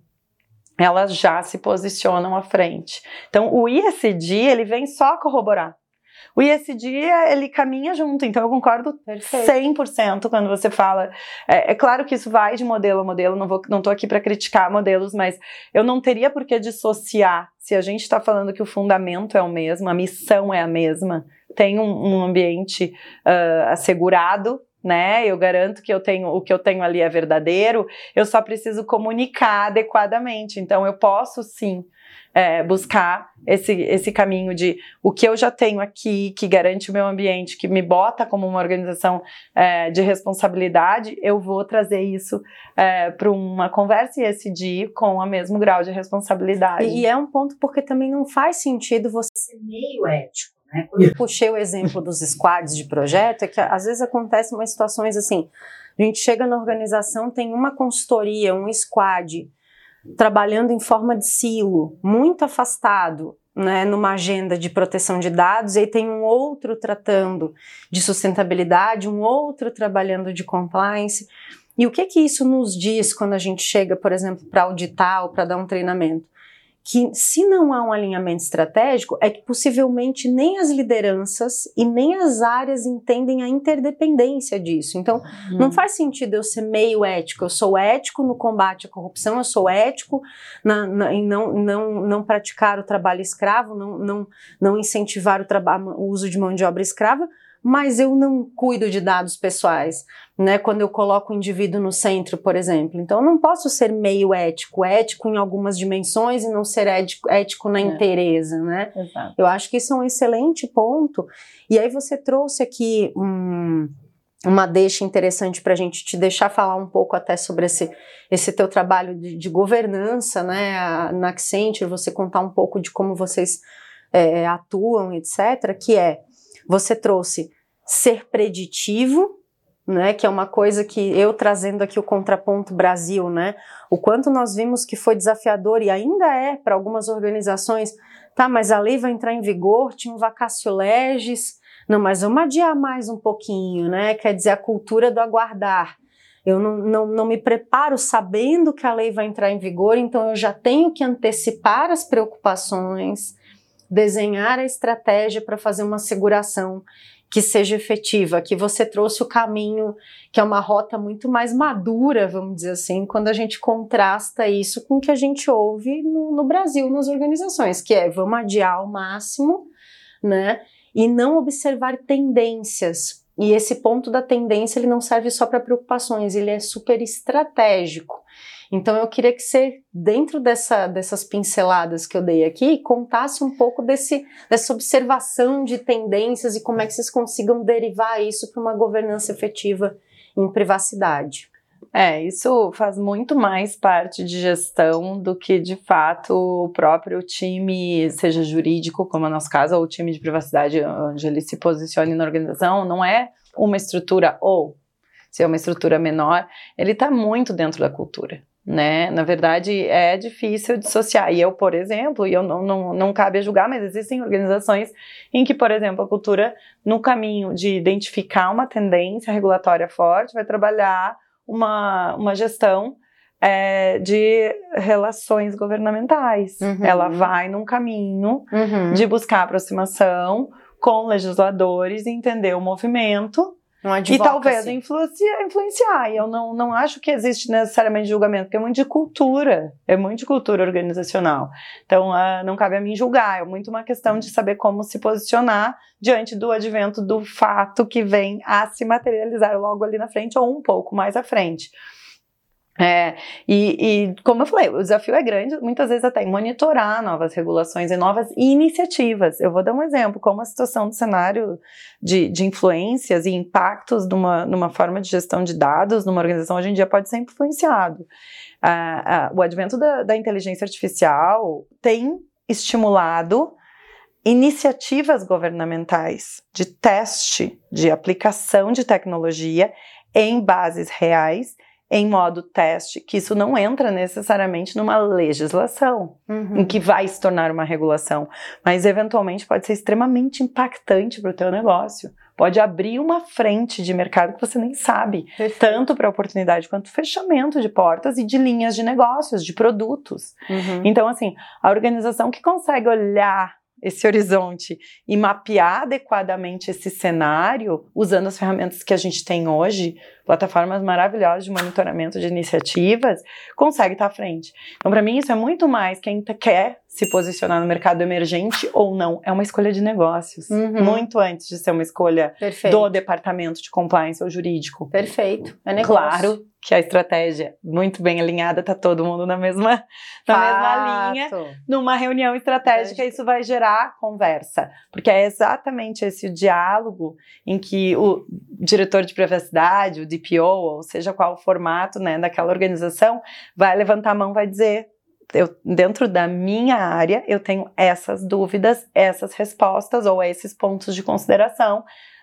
elas já se posicionam à frente. Então, o I S D, ele vem só corroborar. O I S D, ele caminha junto, então eu concordo Perfeito. cem por cento quando você fala. É, é claro que isso vai de modelo a modelo, não, vou, não tô aqui para criticar modelos, mas eu não teria por que dissociar. Se a gente está falando que o fundamento é o mesmo, a missão é a mesma, tem um, um ambiente uh, assegurado, né? Eu garanto que eu tenho, o que eu tenho ali é verdadeiro, eu só preciso comunicar adequadamente. Então eu posso sim é, buscar esse, esse caminho de o que eu já tenho aqui, que garante o meu ambiente, que me bota como uma organização é, de responsabilidade, eu vou trazer isso é, para uma conversa E S G com o mesmo grau de responsabilidade. E, e é um ponto porque também não faz sentido você ser meio ético. Quando eu puxei o exemplo dos squads de projeto, é que às vezes acontecem umas situações assim, a gente chega na organização, tem uma consultoria, um squad, trabalhando em forma de silo, muito afastado, né, numa agenda de proteção de dados, e aí tem um outro tratando de sustentabilidade, um outro trabalhando de compliance. E o que que isso nos diz quando a gente chega, por exemplo, para auditar ou para dar um treinamento? Que se não há um alinhamento estratégico, é que possivelmente nem as lideranças e nem as áreas entendem a interdependência disso. Então, uhum. não faz sentido eu ser meio ético. Eu sou ético no combate à corrupção, eu sou ético na, na, em não, não, não praticar o trabalho escravo, não, não, não incentivar o, o uso de mão de obra escrava, mas eu não cuido de dados pessoais, né, quando eu coloco o indivíduo no centro, por exemplo. Então, eu não posso ser meio ético, ético em algumas dimensões e não ser ético, ético na é. inteireza, né? Exato. Eu acho que isso é um excelente ponto. E aí você trouxe aqui um, uma deixa interessante para a gente te deixar falar um pouco até sobre esse, esse teu trabalho de, de governança, né, na Accenture, você contar um pouco de como vocês é, atuam, etcétera, que é você trouxe ser preditivo, né, que é uma coisa que eu trazendo aqui o contraponto Brasil, né, o quanto nós vimos que foi desafiador e ainda é para algumas organizações, tá, mas a lei vai entrar em vigor, tinha um vacatio legis, não, mas vamos adiar mais um pouquinho, né, quer dizer, a cultura do aguardar. Eu não, não, não me preparo sabendo que a lei vai entrar em vigor, então eu já tenho que antecipar as preocupações, desenhar a estratégia para fazer uma asseguração que seja efetiva, que você trouxe o caminho, que é uma rota muito mais madura, vamos dizer assim, quando a gente contrasta isso com o que a gente ouve no, no Brasil, nas organizações, que é vamos adiar ao máximo, né, e não observar tendências. E esse ponto da tendência, ele não serve só para preocupações, ele é super estratégico. Então eu queria que você, dentro dessa, dessas pinceladas que eu dei aqui, contasse um pouco desse, dessa observação de tendências e como é que vocês consigam derivar isso para uma governança efetiva em privacidade. É, isso faz muito mais parte de gestão do que, de fato, o próprio time, seja jurídico, como é o nosso caso, ou o time de privacidade, onde ele se posicione na organização, não é uma estrutura, ou se é uma estrutura menor, ele está muito dentro da cultura. Né? Na verdade, é difícil dissociar. E eu, por exemplo, e eu não, não, não cabe a julgar, mas existem organizações em que, por exemplo, a cultura, no caminho de identificar uma tendência regulatória forte, vai trabalhar uma, uma gestão é, de relações governamentais. Uhum. Ela vai num caminho uhum. de buscar aproximação com legisladores e entender o movimento. E talvez influenciar, influenciar. E eu não, não acho que existe necessariamente julgamento, porque é muito de cultura, é muito de cultura organizacional. Então, uh, não cabe a mim julgar, é muito uma questão de saber como se posicionar diante do advento do fato que vem a se materializar logo ali na frente ou um pouco mais à frente. É, e, e como eu falei, o desafio é grande, muitas vezes até em monitorar novas regulações e novas iniciativas. Eu vou dar um exemplo, como a situação do cenário de, de influências e impactos numa, numa forma de gestão de dados numa organização hoje em dia pode ser influenciado. Ah, ah, o advento da, da inteligência artificial tem estimulado iniciativas governamentais de teste, de aplicação de tecnologia em bases reais, em modo teste, que isso não entra necessariamente numa legislação, uhum. em que vai se tornar uma regulação, mas eventualmente pode ser extremamente impactante para o teu negócio, pode abrir uma frente de mercado que você nem sabe, Perfeito. Tanto para oportunidade quanto fechamento de portas e de linhas de negócios, de produtos. Uhum. Então, assim, a organização que consegue olhar esse horizonte e mapear adequadamente esse cenário, usando as ferramentas que a gente tem hoje, plataformas maravilhosas de monitoramento de iniciativas, consegue estar à frente. Então, para mim, isso é muito mais quem quer se posicionar no mercado emergente ou não. É uma escolha de negócios. Uhum. Muito antes de ser uma escolha Perfeito. Do departamento de compliance ou jurídico. Perfeito. É negócio. Claro que a estratégia muito bem alinhada, tá todo mundo na mesma, na mesma linha. Numa reunião estratégica, isso vai gerar conversa. Porque é exatamente esse o diálogo em que o diretor de privacidade, o D P O, ou seja qual o formato, né, daquela organização, vai levantar a mão e vai dizer: eu, dentro da minha área, eu tenho essas dúvidas, essas respostas ou esses pontos de consideração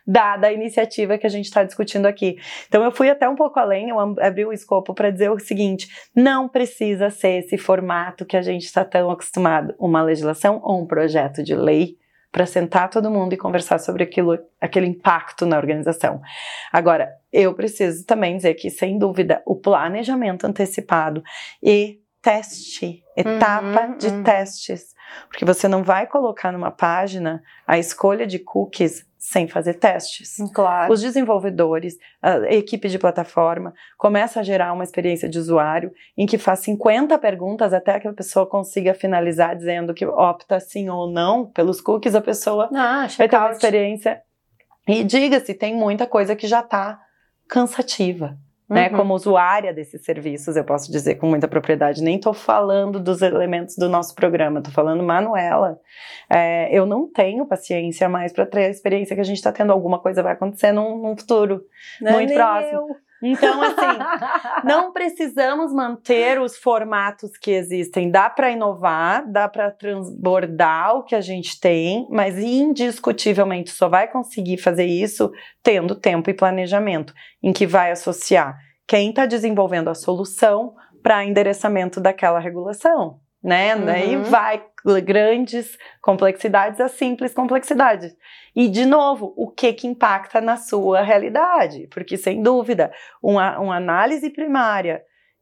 dada a iniciativa que a gente está discutindo aqui. Então eu fui até um pouco além, eu abri o escopo para dizer o seguinte, não precisa ser esse formato que a gente está tão acostumado, uma legislação ou um projeto de lei, para sentar todo mundo e conversar sobre aquilo, aquele impacto na organização. Agora, eu preciso também dizer que, sem dúvida, o planejamento antecipado e teste, etapa uhum, de uhum. testes, porque você não vai colocar numa página a escolha de cookies sem fazer testes. Claro. Os desenvolvedores, a equipe de plataforma, começa a gerar uma experiência de usuário em que faz cinquenta perguntas até que a pessoa consiga finalizar dizendo que opta sim ou não pelos cookies, a pessoa ah, vai ter uma experiência. E diga-se, tem muita coisa que já está cansativa. Né, uhum. Como usuária desses serviços, eu posso dizer com muita propriedade, nem estou falando dos elementos do nosso programa, estou falando Manuela, é, eu não tenho paciência mais para ter a experiência que a gente está tendo, alguma coisa vai acontecer num, num futuro não muito próximo. Eu. Então, assim, não precisamos manter os formatos que existem, dá para inovar, dá para transbordar o que a gente tem, mas indiscutivelmente só vai conseguir fazer isso tendo tempo e planejamento, em que vai associar quem está desenvolvendo a solução para endereçamento daquela regulação, né? Uhum. Daí vai grandes complexidades a simples complexidades. E, de novo, o que que impacta na sua realidade? Porque, sem dúvida, uma, uma análise primária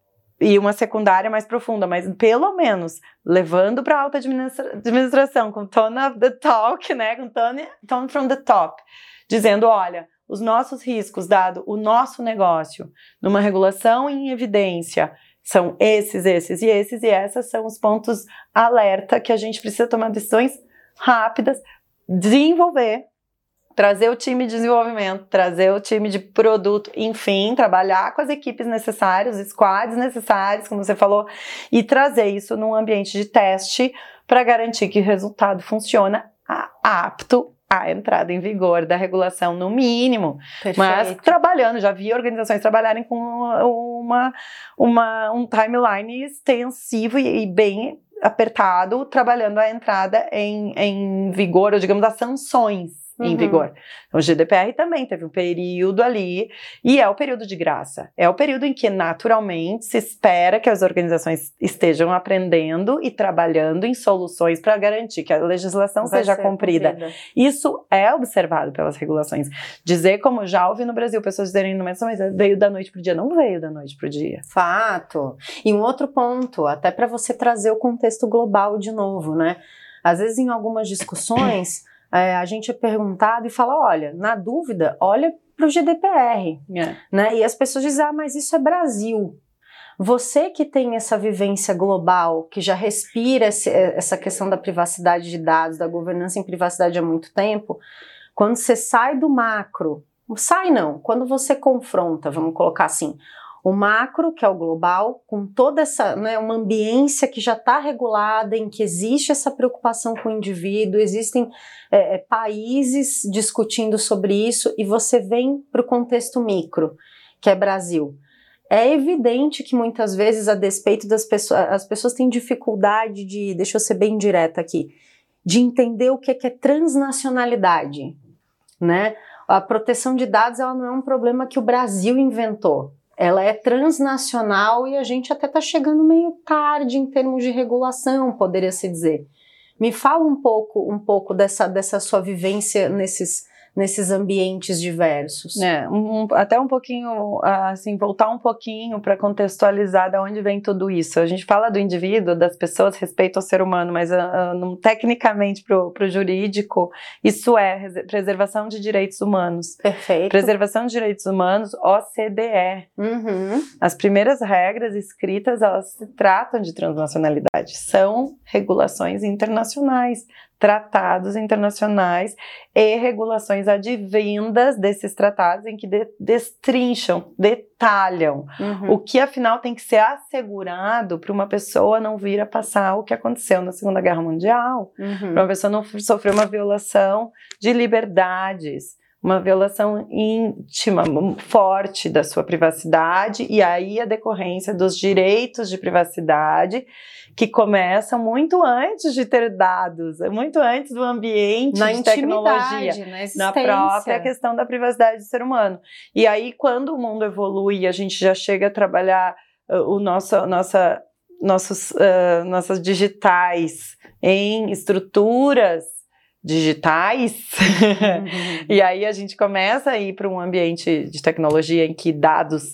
e uma secundária mais profunda, mas pelo menos levando para a alta administra- administração, com tone of the talk, né? Com tone, tone from the top, dizendo, olha, os nossos riscos, dado o nosso negócio, numa regulação em evidência, são esses, esses e esses, e esses são os pontos alerta que a gente precisa tomar decisões rápidas, desenvolver, trazer o time de desenvolvimento, trazer o time de produto, enfim, trabalhar com as equipes necessárias, os squads necessários, como você falou, e trazer isso num ambiente de teste para garantir que o resultado funciona apto à entrada em vigor da regulação no mínimo. Perfeito. Mas trabalhando, já vi organizações trabalharem com uma, uma, um timeline extensivo e, e bem apertado, trabalhando a entrada em, em vigor, ou digamos, as sanções em uhum. vigor. Então, o G D P R também teve um período ali, e é o período de graça. É o período em que, naturalmente, se espera que as organizações estejam aprendendo e trabalhando em soluções para garantir que a legislação Vai seja cumprida. cumprida. Isso é observado pelas regulações. Dizer, como já ouvi no Brasil, pessoas dizerem, mas veio da noite para o dia. Não veio da noite para o dia. Fato. E um outro ponto, até para você trazer o contexto global de novo, né? Às vezes, em algumas discussões... É, a gente é perguntado e fala, olha, na dúvida, olha para o G D P R, yeah. né? E as pessoas dizem, ah, mas isso é Brasil. Você que tem essa vivência global, que já respira esse, essa questão da privacidade de dados, da governança em privacidade há muito tempo, quando você sai do macro, sai não, quando você confronta, vamos colocar assim, o macro, que é o global, com toda essa, né, uma ambiência que já está regulada, em que existe essa preocupação com o indivíduo, existem é, é, países discutindo sobre isso, e você vem para o contexto micro, que é Brasil. É evidente que muitas vezes, a despeito das pessoas, as pessoas têm dificuldade de, deixa eu ser bem direta aqui, de entender o que é, que é transnacionalidade, né? A proteção de dados, ela não é um problema que o Brasil inventou. Ela é transnacional e a gente até está chegando meio tarde em termos de regulação, poderia se dizer. Me fala um pouco, um pouco dessa, dessa sua vivência nesses, nesses ambientes diversos. É, um, até um pouquinho, assim, voltar um pouquinho para contextualizar de onde vem tudo isso. A gente fala do indivíduo, das pessoas, respeito ao ser humano, mas uh, uh, tecnicamente para o jurídico, isso é preservação de direitos humanos. Perfeito. Preservação de direitos humanos, O C D E. Uhum. As primeiras regras escritas, elas se tratam de transnacionalidade, são regulações internacionais, tratados internacionais e regulações advindas desses tratados em que de, destrincham, detalham uhum. o que afinal tem que ser assegurado para uma pessoa não vir a passar o que aconteceu na Segunda Guerra Mundial, uhum. para uma pessoa não sofrer uma violação de liberdades, uma violação íntima, forte da sua privacidade, e aí a decorrência dos direitos de privacidade, que começam muito antes de ter dados, muito antes do ambiente na de tecnologia, na, na própria questão da privacidade do ser humano. E aí, quando o mundo evolui e a gente já chega a trabalhar uh, o nosso, nossa, nossos, uh, nossas digitais em estruturas digitais, uhum. E aí a gente começa a ir para um ambiente de tecnologia em que dados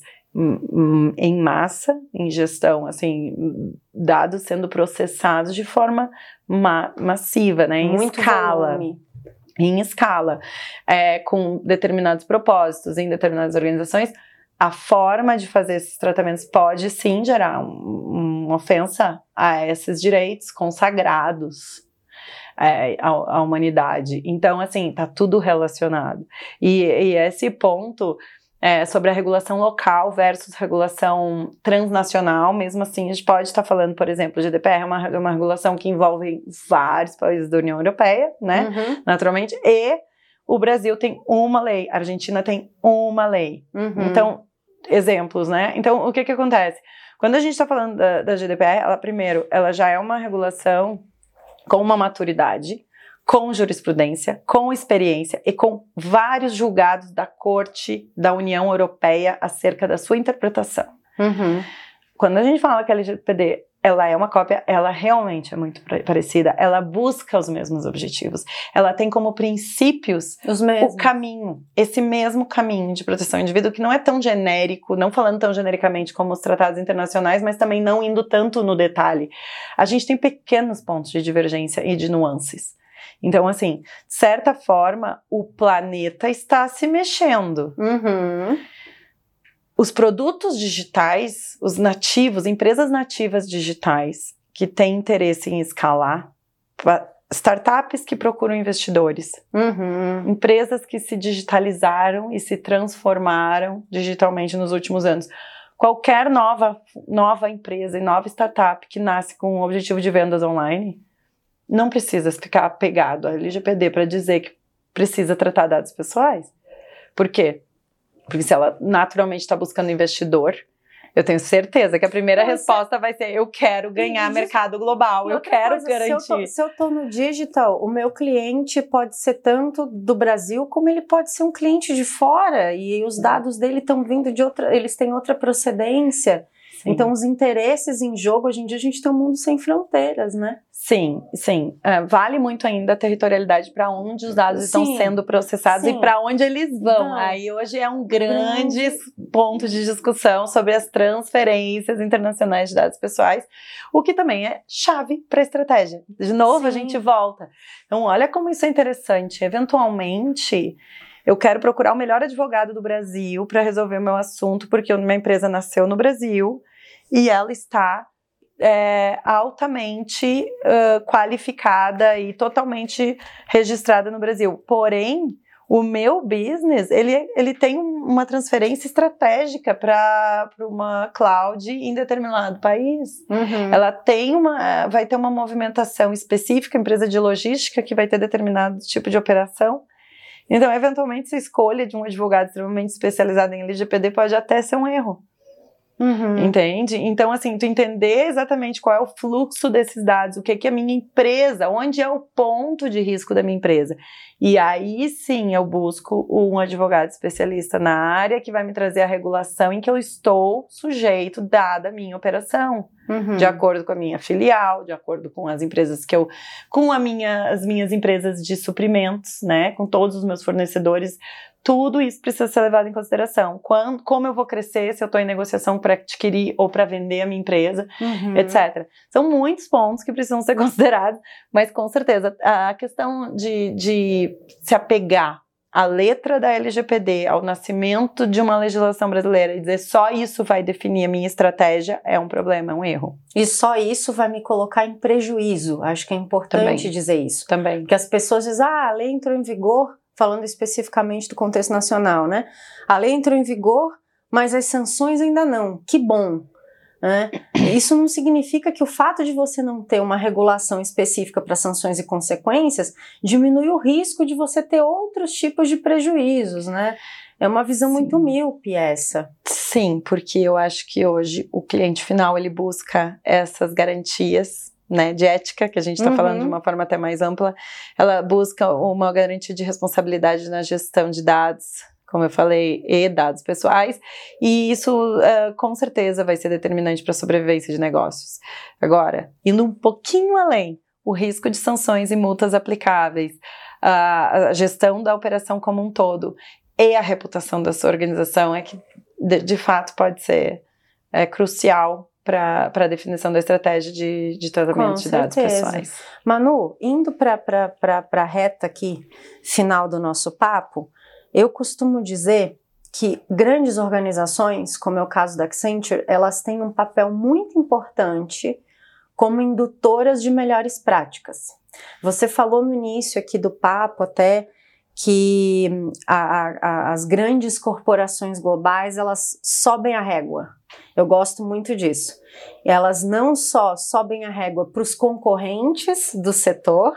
em massa, em gestão, assim, dados sendo processados de forma ma massiva, né, em Muito escala, volume. em escala, é, com determinados propósitos, em determinadas organizações, a forma de fazer esses tratamentos pode sim gerar um, uma ofensa a esses direitos consagrados é, à, à humanidade. Então, assim, tá tudo relacionado. E, e esse ponto É, sobre a regulação local versus regulação transnacional, mesmo assim a gente pode estar falando, por exemplo, o G D P R é uma, uma regulação que envolve vários países da União Europeia, né, uhum. naturalmente, e o Brasil tem uma lei, a Argentina tem uma lei, uhum. Então, exemplos, né, então o que que acontece? Quando a gente está falando da, da G D P R, ela primeiro, ela já é uma regulação com uma maturidade, com jurisprudência, com experiência e com vários julgados da Corte da União Europeia acerca da sua interpretação. Uhum. Quando a gente fala que a L G P D ela é uma cópia, ela realmente é muito parecida, ela busca os mesmos objetivos, ela tem como princípios o caminho, esse mesmo caminho de proteção ao indivíduo, que não é tão genérico, não falando tão genericamente como os tratados internacionais, mas também não indo tanto no detalhe. A gente tem pequenos pontos de divergência e de nuances. Então, assim, de certa forma, o planeta está se mexendo. Uhum. Os produtos digitais, os nativos, empresas nativas digitais que têm interesse em escalar, startups que procuram investidores, uhum. empresas que se digitalizaram e se transformaram digitalmente nos últimos anos. Qualquer nova, nova empresa e nova startup que nasce com o objetivo de vendas online, não precisa ficar apegado à L G P D para dizer que precisa tratar dados pessoais. Por quê? Porque se ela naturalmente está buscando investidor, eu tenho certeza que a primeira Nossa. resposta vai ser: eu quero ganhar e, mercado global, eu quero coisa, garantir. Se eu estou no digital, o meu cliente pode ser tanto do Brasil como ele pode ser um cliente de fora, e os dados dele estão vindo de outra, eles têm outra procedência. Sim. Então, os interesses em jogo, hoje em dia a gente tem um mundo sem fronteiras, né? Sim, sim. Uh, vale muito ainda a territorialidade para onde os dados sim, estão sendo processados sim. e para onde eles vão. Não. Aí hoje é um grande, grande ponto de discussão sobre as transferências internacionais de dados pessoais, o que também é chave para a estratégia. De novo, sim. a gente volta. Então, olha como isso é interessante. Eventualmente, eu quero procurar o melhor advogado do Brasil para resolver o meu assunto, porque minha empresa nasceu no Brasil e ela está é, altamente uh, qualificada e totalmente registrada no Brasil. Porém, o meu business, ele, ele tem uma transferência estratégica para uma cloud em determinado país. Uhum. Ela tem uma, vai ter uma movimentação específica, empresa de logística que vai ter determinado tipo de operação. Então, eventualmente, essa escolha de um advogado extremamente especializado em L G P D pode até ser um erro. Uhum. Entende? Então, assim, tu entender exatamente qual é o fluxo desses dados, o que é que a minha empresa, onde é o ponto de risco da minha empresa. E aí, sim, eu busco um advogado especialista na área que vai me trazer a regulação em que eu estou sujeito, dada a minha operação. Uhum. De acordo com a minha filial, de acordo com as empresas que eu... Com a minha, as minhas empresas de suprimentos, né? Com todos os meus fornecedores. Tudo isso precisa ser levado em consideração. Quando, como eu vou crescer, se eu estou em negociação para adquirir ou para vender a minha empresa, uhum. etcétera. São muitos pontos que precisam ser considerados, mas com certeza a questão de, de se apegar à letra da L G P D, ao nascimento de uma legislação brasileira e dizer só isso vai definir a minha estratégia é um problema, é um erro. E só isso vai me colocar em prejuízo. Acho que é importante Também. dizer isso. Também. Porque as pessoas dizem, ah, a lei entrou em vigor, falando especificamente do contexto nacional, né? A lei entrou em vigor, mas as sanções ainda não. Que bom. Né? Isso não significa que o fato de você não ter uma regulação específica para sanções e consequências diminui o risco de você ter outros tipos de prejuízos, né? É uma visão Sim. muito míope essa. Sim, porque eu acho que hoje o cliente final ele busca essas garantias, né, de ética, que a gente está uhum. falando de uma forma até mais ampla. Ela busca uma garantia de responsabilidade na gestão de dados, como eu falei, e dados pessoais, e isso uh, com certeza vai ser determinante para a sobrevivência de negócios. Agora, indo um pouquinho além, o risco de sanções e multas aplicáveis, uh, a gestão da operação como um todo e a reputação da sua organização é que, de, de fato, pode ser é, crucial para a definição da estratégia de, de tratamento com de dados certeza. pessoais. Manu, indo para a reta aqui, final do nosso papo, eu costumo dizer que grandes organizações, como é o caso da Accenture, elas têm um papel muito importante como indutoras de melhores práticas. Você falou no início aqui do papo até que a, a, as grandes corporações globais, elas sobem a régua. Eu gosto muito disso. Elas não só sobem a régua para os concorrentes do setor,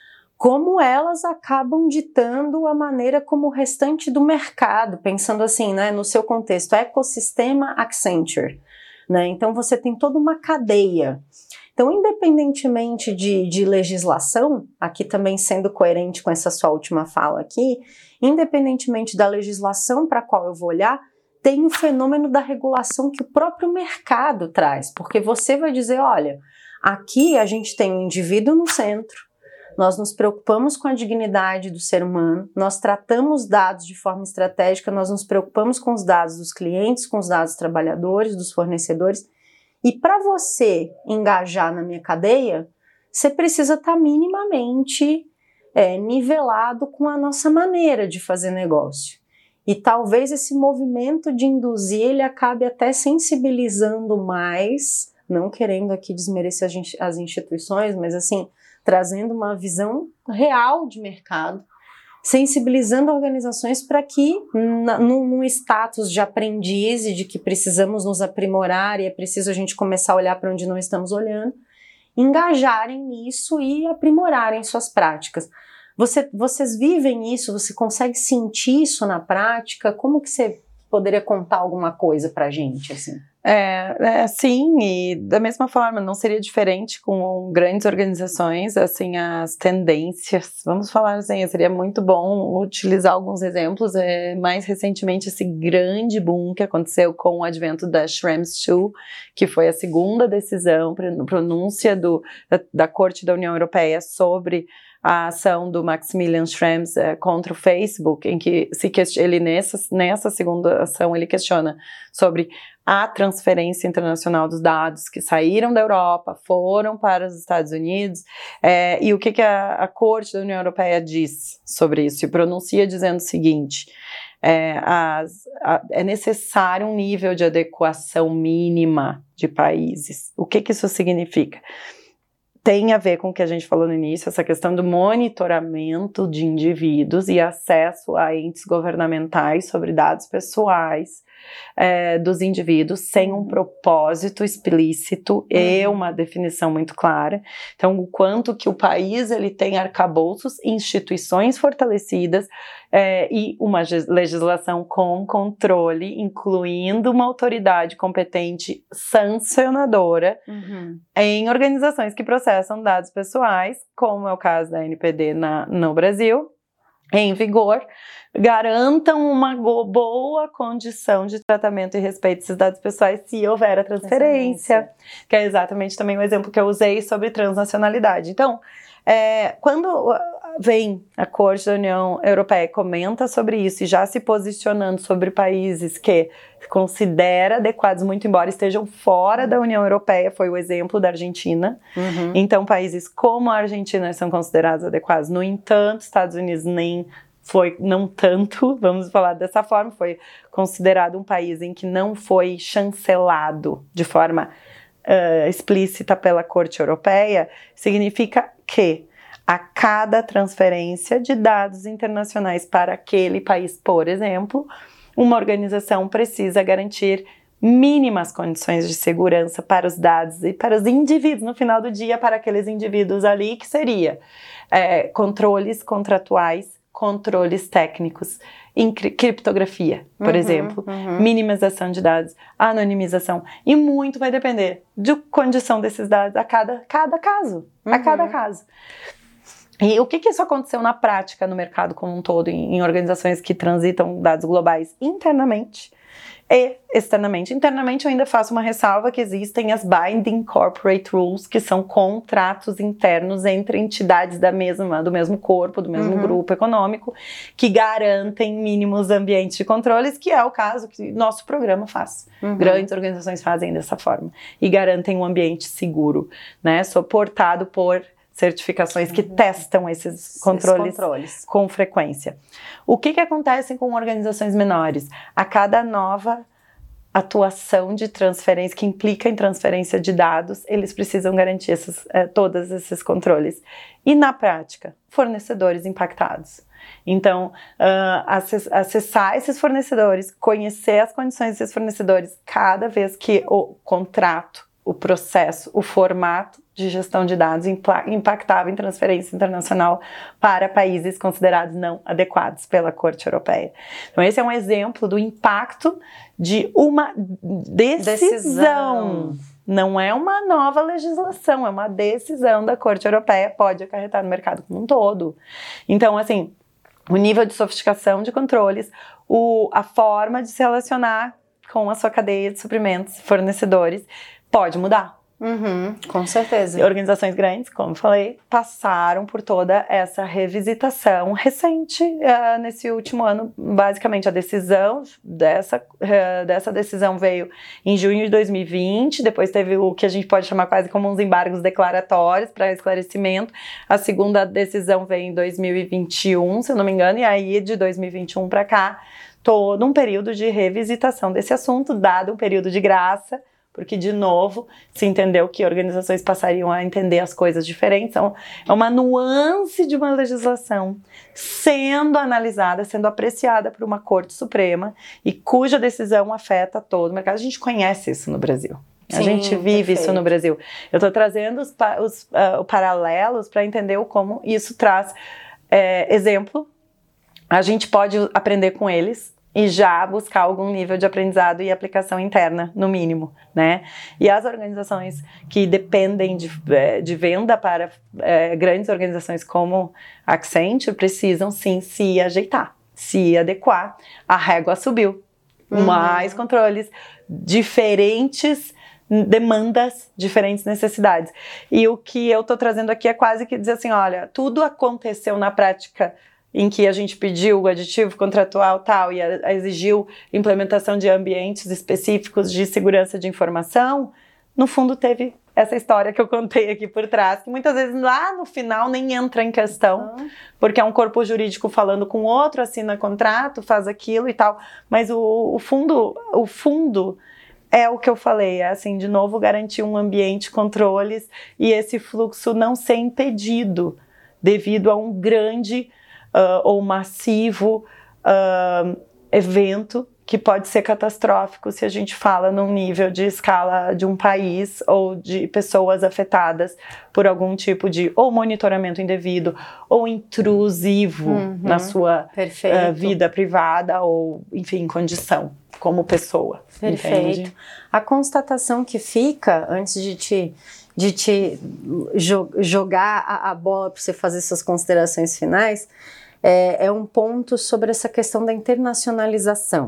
como elas acabam ditando a maneira como o restante do mercado, pensando assim, né, no seu contexto, ecossistema Accenture, né? Então você tem toda uma cadeia. Então, independentemente de, de legislação, aqui também sendo coerente com essa sua última fala aqui, independentemente da legislação para a qual eu vou olhar, tem o fenômeno da regulação que o próprio mercado traz, porque você vai dizer, olha, aqui a gente tem o indivíduo no centro, nós nos preocupamos com a dignidade do ser humano, nós tratamos dados de forma estratégica, nós nos preocupamos com os dados dos clientes, com os dados dos trabalhadores, dos fornecedores, e para você engajar na minha cadeia, você precisa estar minimamente é, nivelado com a nossa maneira de fazer negócio. E talvez esse movimento de induzir, ele acabe até sensibilizando mais, não querendo aqui desmerecer as instituições, mas assim, trazendo uma visão real de mercado, sensibilizando organizações para que, na, num, num status de aprendiz e de que precisamos nos aprimorar e é preciso a gente começar a olhar para onde não estamos olhando, engajarem nisso e aprimorarem suas práticas. Você, vocês vivem isso? Você consegue sentir isso na prática? Como que você poderia contar alguma coisa para a gente, assim? É, é, sim, e da mesma forma, não seria diferente com grandes organizações, assim, as tendências, vamos falar assim, seria muito bom utilizar alguns exemplos, é, mais recentemente esse grande boom que aconteceu com o advento da Schrems dois, que foi a segunda decisão, pronúncia do, da, da Corte da União Europeia sobre a ação do Maximilian Schrems é, contra o Facebook, em que se ele nessa, nessa segunda ação ele questiona sobre a transferência internacional dos dados que saíram da Europa, foram para os Estados Unidos, é, e o que, que a, a Corte da União Europeia diz sobre isso, e pronuncia dizendo o seguinte, é, as, a, é necessário um nível de adequação mínima de países. O que, que isso significa? Tem a ver com o que a gente falou no início, essa questão do monitoramento de indivíduos e acesso a entes governamentais sobre dados pessoais é, dos indivíduos sem um propósito explícito uhum. e uma definição muito clara. Então, o quanto que o país ele tem arcabouços, instituições fortalecidas é, e uma legislação com controle, incluindo uma autoridade competente sancionadora uhum. em organizações que processam dados pessoais, como é o caso da N P D na, no Brasil, em vigor, garantam uma boa condição de tratamento e respeito desses dados pessoais se houver a transferência, que é exatamente também o exemplo que eu usei sobre transnacionalidade. Então, é, quando vem a Corte da União Europeia e comenta sobre isso e já se posicionando sobre países que considera adequados, muito embora estejam fora da União Europeia, foi o exemplo da Argentina. Uhum. Então, países como a Argentina são considerados adequados. No entanto, Estados Unidos nem foi, não tanto, vamos falar dessa forma, foi considerado um país em que não foi chancelado de forma uh, explícita pela Corte Europeia, significa que a cada transferência de dados internacionais para aquele país, por exemplo, uma organização precisa garantir mínimas condições de segurança para os dados e para os indivíduos, no final do dia, para aqueles indivíduos ali, que seria é, controles contratuais, controles técnicos, criptografia, por uhum, exemplo, uhum. minimização de dados, anonimização, e muito vai depender de condição desses dados a cada, cada caso, uhum. a cada caso. E o que que isso aconteceu na prática no mercado como um todo, em, em organizações que transitam dados globais internamente e externamente? Internamente eu ainda faço uma ressalva que existem as Binding Corporate Rules, que são contratos internos entre entidades da mesma, do mesmo corpo, do mesmo uhum. grupo econômico, que garantem mínimos ambientes de controles, que é o caso que nosso programa faz. Uhum. Grandes organizações fazem dessa forma e garantem um ambiente seguro, né, suportado por certificações que testam esses controles, esses controles com frequência. O que que acontece com organizações menores? A cada nova atuação de transferência, que implica em transferência de dados, eles precisam garantir esses, eh, todos esses controles. E na prática, fornecedores impactados. Então, uh, acessar esses fornecedores, conhecer as condições desses fornecedores, cada vez que o contrato, o processo, o formato de gestão de dados impactava em transferência internacional para países considerados não adequados pela Corte Europeia. Então esse é um exemplo do impacto de uma decisão. decisão. Não é uma nova legislação, é uma decisão da Corte Europeia, pode acarretar no mercado como um todo. Então, assim, o nível de sofisticação de controles, o, a forma de se relacionar com a sua cadeia de suprimentos, fornecedores, pode mudar. Uhum, com certeza. E organizações grandes, como eu falei, passaram por toda essa revisitação recente uh, nesse último ano. Basicamente, a decisão dessa, uh, dessa decisão veio em junho de dois mil e vinte, depois teve o que a gente pode chamar quase como uns embargos declaratórios para esclarecimento. A segunda decisão veio em dois mil e vinte e um, se eu não me engano, e aí de dois mil e vinte e um para cá, todo um período de revisitação desse assunto, dado um período de graça, porque, de novo, se entendeu que organizações passariam a entender as coisas diferentes. Então, é uma nuance de uma legislação sendo analisada, sendo apreciada por uma Corte Suprema e cuja decisão afeta todo o mercado. A gente conhece isso no Brasil. Sim, a gente vive perfeito. Isso no Brasil. Eu estou trazendo os, os uh, paralelos para entender como isso traz é, exemplo. A gente pode aprender com eles e já buscar algum nível de aprendizado e aplicação interna, no mínimo, né? E as organizações que dependem de, de venda para é, grandes organizações como a Accenture precisam, sim, se ajeitar, se adequar. A régua subiu. Uhum. Mais controles, diferentes demandas, diferentes necessidades. E o que eu tô trazendo aqui é quase que dizer assim, olha, tudo aconteceu na prática em que a gente pediu o aditivo contratual tal e a, a exigiu implementação de ambientes específicos de segurança de informação, no fundo teve essa história que eu contei aqui por trás, que muitas vezes lá no final nem entra em questão, uhum. porque é um corpo jurídico falando com outro, assina contrato, faz aquilo e tal, mas o, o fundo, o fundo é o que eu falei, é assim, de novo garantir um ambiente, controles e esse fluxo não ser impedido devido a um grande Uh, ou massivo uh, evento que pode ser catastrófico se a gente fala num nível de escala de um país ou de pessoas afetadas por algum tipo de ou monitoramento indevido ou intrusivo uhum, na sua uh, vida privada ou, enfim, condição como pessoa. Perfeito. Entende? A constatação que fica, antes de te, de te jo- jogar a, a bola para você fazer suas considerações finais, É, é um ponto sobre essa questão da internacionalização.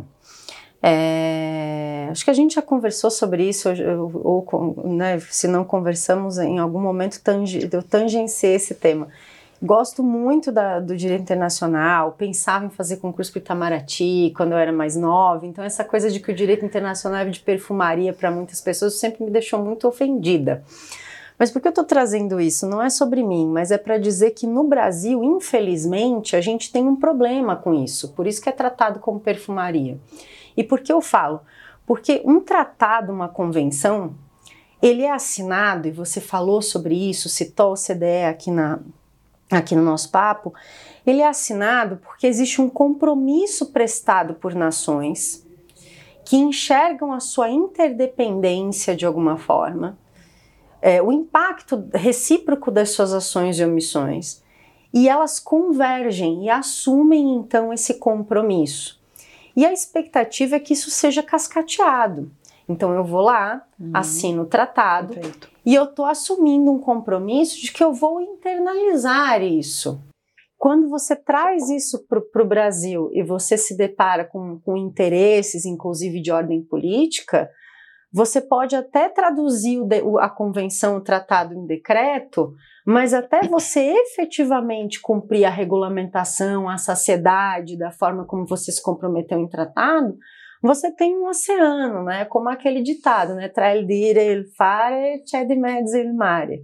É, acho que a gente já conversou sobre isso, ou, ou né, se não conversamos, em algum momento tange, eu tangenciei esse tema. Gosto muito da, do direito internacional, pensava em fazer concurso para o Itamaraty quando eu era mais nova, então essa coisa de que o direito internacional é de perfumaria para muitas pessoas sempre me deixou muito ofendida. Mas por que eu estou trazendo isso? Não é sobre mim, mas é para dizer que no Brasil, infelizmente, a gente tem um problema com isso. Por isso que é tratado como perfumaria. E por que eu falo? Porque um tratado, uma convenção, ele é assinado, e você falou sobre isso, citou o C D E aqui, na, aqui no nosso papo, ele é assinado porque existe um compromisso prestado por nações que enxergam a sua interdependência de alguma forma, é, o impacto recíproco das suas ações e omissões, e elas convergem e assumem então esse compromisso. E a expectativa é que isso seja cascateado. Então eu vou lá, uhum. assino o tratado, perfeito. E eu estou assumindo um compromisso de que eu vou internalizar isso. Quando você traz isso para o Brasil e você se depara com, com interesses, inclusive de ordem política, você pode até traduzir o, a convenção, o tratado em decreto, mas até você efetivamente cumprir a regulamentação, a saciedade da forma como você se comprometeu em tratado, você tem um oceano, né? Como aquele ditado, né? Tra il dire il fare, c'è di mezzo il mare.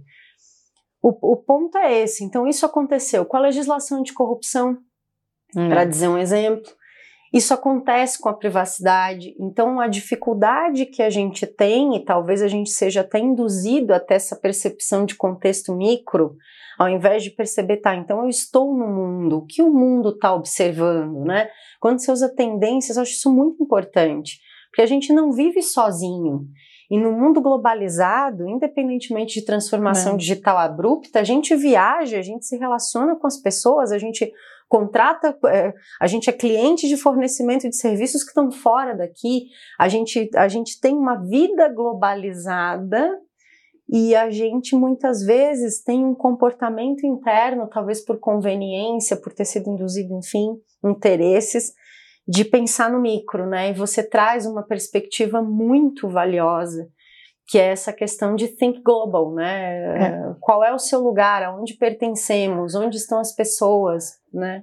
O, o ponto é esse. Então isso aconteceu com a legislação de corrupção, hum. para dizer um exemplo. Isso acontece com a privacidade. Então a dificuldade que a gente tem, e talvez a gente seja até induzido até essa percepção de contexto micro, ao invés de perceber, tá, então eu estou no mundo, o que o mundo está observando, né? Quando você usa tendências, eu acho isso muito importante, porque a gente não vive sozinho. E no mundo globalizado, independentemente de transformação não. digital abrupta, a gente viaja, a gente se relaciona com as pessoas, a gente contrata, é, a gente é cliente de fornecimento de serviços que estão fora daqui, a gente, a gente tem uma vida globalizada e a gente muitas vezes tem um comportamento interno, talvez por conveniência, por ter sido induzido, enfim, interesses, de pensar no micro, né? E você traz uma perspectiva muito valiosa, que é essa questão de think global, né? É. Qual é o seu lugar, aonde pertencemos, onde estão as pessoas, né?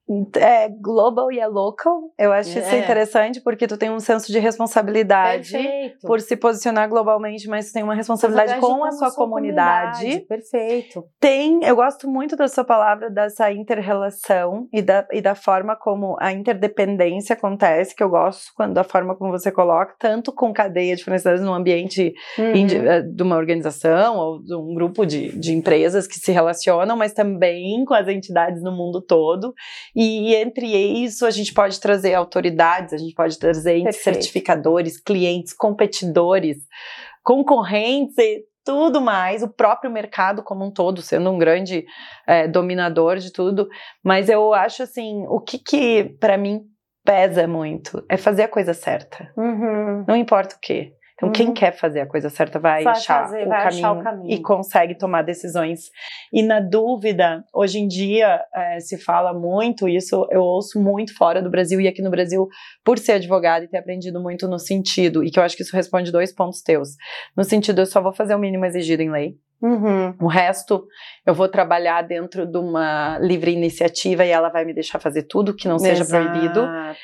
É global e é local. Eu acho é. isso interessante porque tu tem um senso de responsabilidade perfeito. Por se posicionar globalmente, mas tu tem uma responsabilidade com a sua comunidade. comunidade. Perfeito. Tem, eu gosto muito da sua palavra, dessa inter-relação e da, e da forma como a interdependência acontece, que eu gosto quando, da forma como você coloca, tanto com cadeia de fornecedores num ambiente uhum. indi, de uma organização ou de um grupo de, de empresas que se relacionam, mas também com as entidades no mundo todo. E entre isso a gente pode trazer autoridades, a gente pode trazer entes certificadores, clientes, competidores, concorrentes e tudo mais, o próprio mercado como um todo, sendo um grande é, dominador de tudo. Mas eu acho assim, o que que para mim pesa muito é fazer a coisa certa. Uhum. Não importa o quê. Então, uhum. quem quer fazer a coisa certa vai, vai, achar, fazer, o vai caminho achar o caminho e consegue tomar decisões. E na dúvida, hoje em dia é, se fala muito, isso eu ouço muito fora do Brasil e aqui no Brasil, por ser advogada e ter aprendido muito no sentido, e que eu acho que isso responde dois pontos teus. No sentido, eu só vou fazer o mínimo exigido em lei. Uhum. O resto eu vou trabalhar dentro de uma livre iniciativa e ela vai me deixar fazer tudo que não seja Exato. proibido.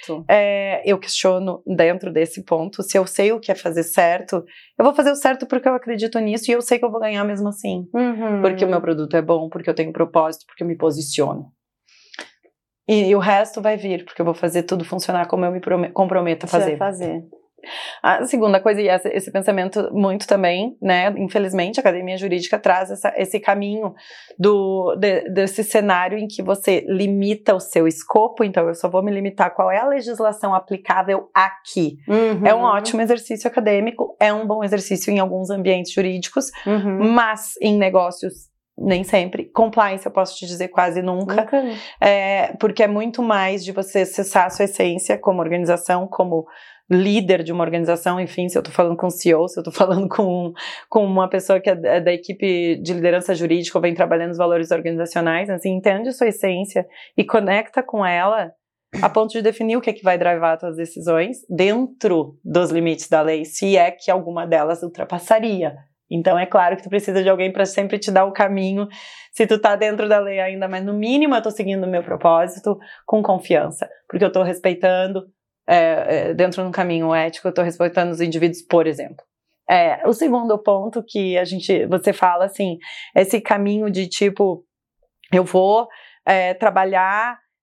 É, eu questiono dentro desse ponto se eu sei o que é fazer certo, eu vou fazer o certo porque eu acredito nisso e eu sei que eu vou ganhar mesmo assim, uhum. porque o meu produto é bom, porque eu tenho propósito, porque eu me posiciono. E, e o resto vai vir, porque eu vou fazer tudo funcionar como eu me comprometo a fazer. Você vai fazer. A segunda coisa, e esse, esse pensamento muito também, né, infelizmente a academia jurídica traz essa, esse caminho do, de, desse cenário em que você limita o seu escopo, então eu só vou me limitar qual é a legislação aplicável aqui. Uhum. É um ótimo exercício acadêmico, é um bom exercício em alguns ambientes jurídicos, uhum. mas em negócios nem sempre. Compliance, eu posso te dizer quase nunca. nunca. É, porque é muito mais de você cessar a sua essência como organização, como líder de uma organização, enfim, se eu tô falando com o C E O, se eu tô falando com, com uma pessoa que é da equipe de liderança jurídica ou vem trabalhando os valores organizacionais, assim, entende a sua essência e conecta com ela a ponto de definir o que é que vai drivar as suas decisões dentro dos limites da lei, se é que alguma delas ultrapassaria. Então é claro que tu precisa de alguém para sempre te dar o caminho, se tu tá dentro da lei ainda, mas no mínimo eu tô seguindo o meu propósito com confiança, porque eu tô respeitando É, é, dentro de um caminho ético, eu estou respeitando os indivíduos, por exemplo. É, o segundo ponto que a gente, você fala assim, esse caminho de tipo, eu vou é, trabalhar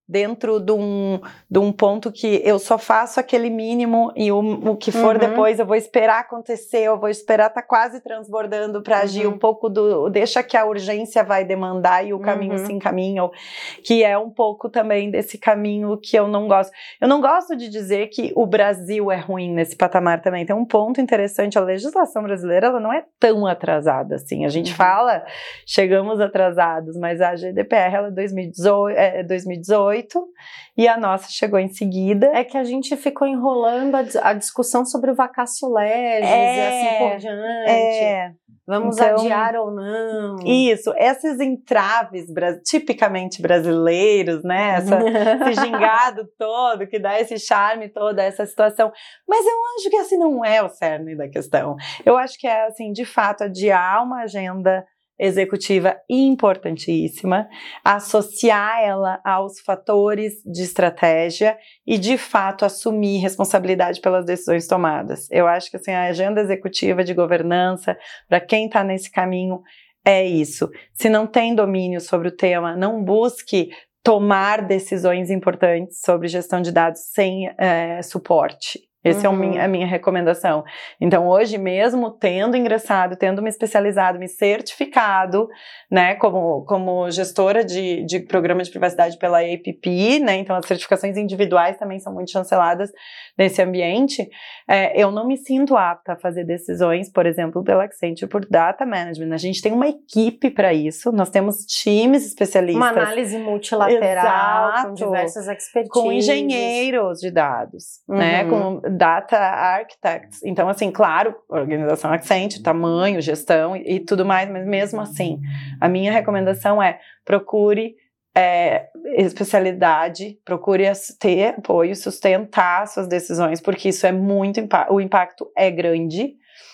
dentro de um, de um ponto que eu só faço aquele mínimo e o, o que for uhum. depois eu vou esperar acontecer, eu vou esperar estar tá quase transbordando para agir uhum. um pouco do, deixa que a urgência vai demandar e o caminho uhum. se encaminha, que é um pouco também desse caminho que eu não gosto. Eu não gosto de dizer que o Brasil é ruim nesse patamar também, tem um ponto interessante, a legislação brasileira ela não é tão atrasada assim, a gente uhum. fala, chegamos atrasados, mas a G D P R ela é dois mil e dezoito, é dois mil e dezoito e a nossa chegou em seguida. É que a gente ficou enrolando a, a discussão sobre o vacatio legis é, e assim por diante. É. Vamos então, adiar ou não. Isso, esses entraves tipicamente brasileiros, né? Essa, esse gingado todo que dá esse charme toda, essa situação. Mas eu acho que assim não é o cerne da questão. Eu acho que é assim, de fato, adiar uma agenda executiva importantíssima, associar ela aos fatores de estratégia e, de fato, assumir responsabilidade pelas decisões tomadas. Eu acho que assim, a agenda executiva de governança, para quem está nesse caminho, é isso. Se não tem domínio sobre o tema, não busque tomar decisões importantes sobre gestão de dados sem é, suporte. Essa uhum. é a minha recomendação. Então, hoje mesmo, tendo ingressado, tendo me especializado, me certificado, né, como, como gestora de, de programa de privacidade pela A P P, né, então as certificações individuais também são muito chanceladas nesse ambiente, é, eu não me sinto apta a fazer decisões, por exemplo, pela Accenture por Data Management. A gente tem uma equipe para isso, nós temos times especialistas. Uma análise multilateral, Exato, com diversas expertises. Com engenheiros de dados, uhum. né, com Data Architects. Então, assim, claro, organização Accenture, tamanho, gestão e, e tudo mais, mas mesmo assim, a minha recomendação é procure é, especialidade, procure ter apoio, sustentar suas decisões, porque isso é muito, o impacto é grande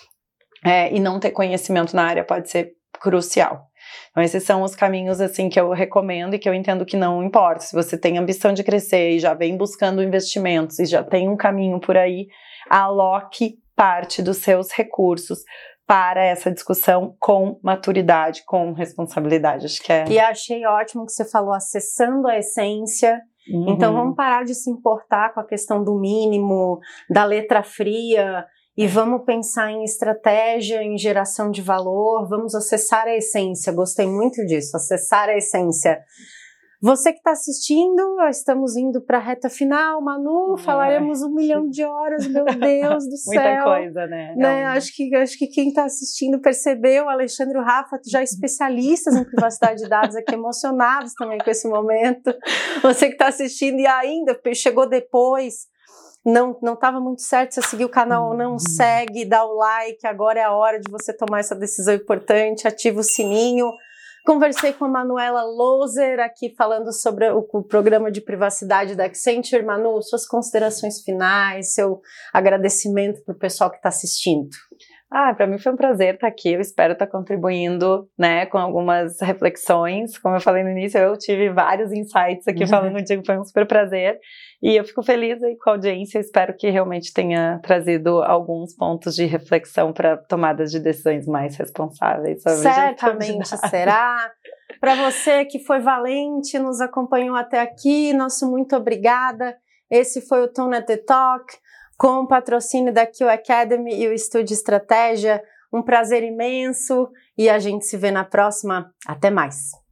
é, e não ter conhecimento na área pode ser crucial. Então, esses são os caminhos, assim, que eu recomendo e que eu entendo que não importa. Se você tem ambição de crescer e já vem buscando investimentos e já tem um caminho por aí, aloque parte dos seus recursos para essa discussão com maturidade, com responsabilidade. Acho que é... E achei ótimo que você falou acessando a essência. Uhum. Então, vamos parar de se importar com a questão do mínimo, da letra fria, e vamos pensar em estratégia, em geração de valor, vamos acessar a essência. Gostei muito disso, acessar a essência. Você que está assistindo, estamos indo para a reta final. Manu, falaremos um milhão de horas, meu Deus do céu. Muita coisa, né? né? É um... acho, que, acho que quem está assistindo percebeu, Alexandre e o Rafa, já especialistas em privacidade de dados aqui, emocionados também com esse momento. Você que está assistindo e ainda chegou depois, não não estava muito certo se seguir o canal ou não, segue, dá o like, agora é a hora de você tomar essa decisão importante, ativa o sininho. Conversei com a Manuela Loser aqui falando sobre o, o programa de privacidade da Accenture. Manu, suas considerações finais, seu agradecimento para o pessoal que está assistindo. Ah, para mim foi um prazer estar aqui, eu espero estar contribuindo, né, com algumas reflexões. Como eu falei no início, eu tive vários insights aqui uhum. falando contigo, foi um super prazer. E eu fico feliz aí com a audiência, espero que realmente tenha trazido alguns pontos de reflexão para tomadas de decisões mais responsáveis. Sobre Certamente será. Para você que foi valente, nos acompanhou até aqui, nosso muito obrigada. Esse foi o Tone at the Talk, com o patrocínio da Q Academy e o Estúdio Estratégia. Um prazer imenso e a gente se vê na próxima. Até mais!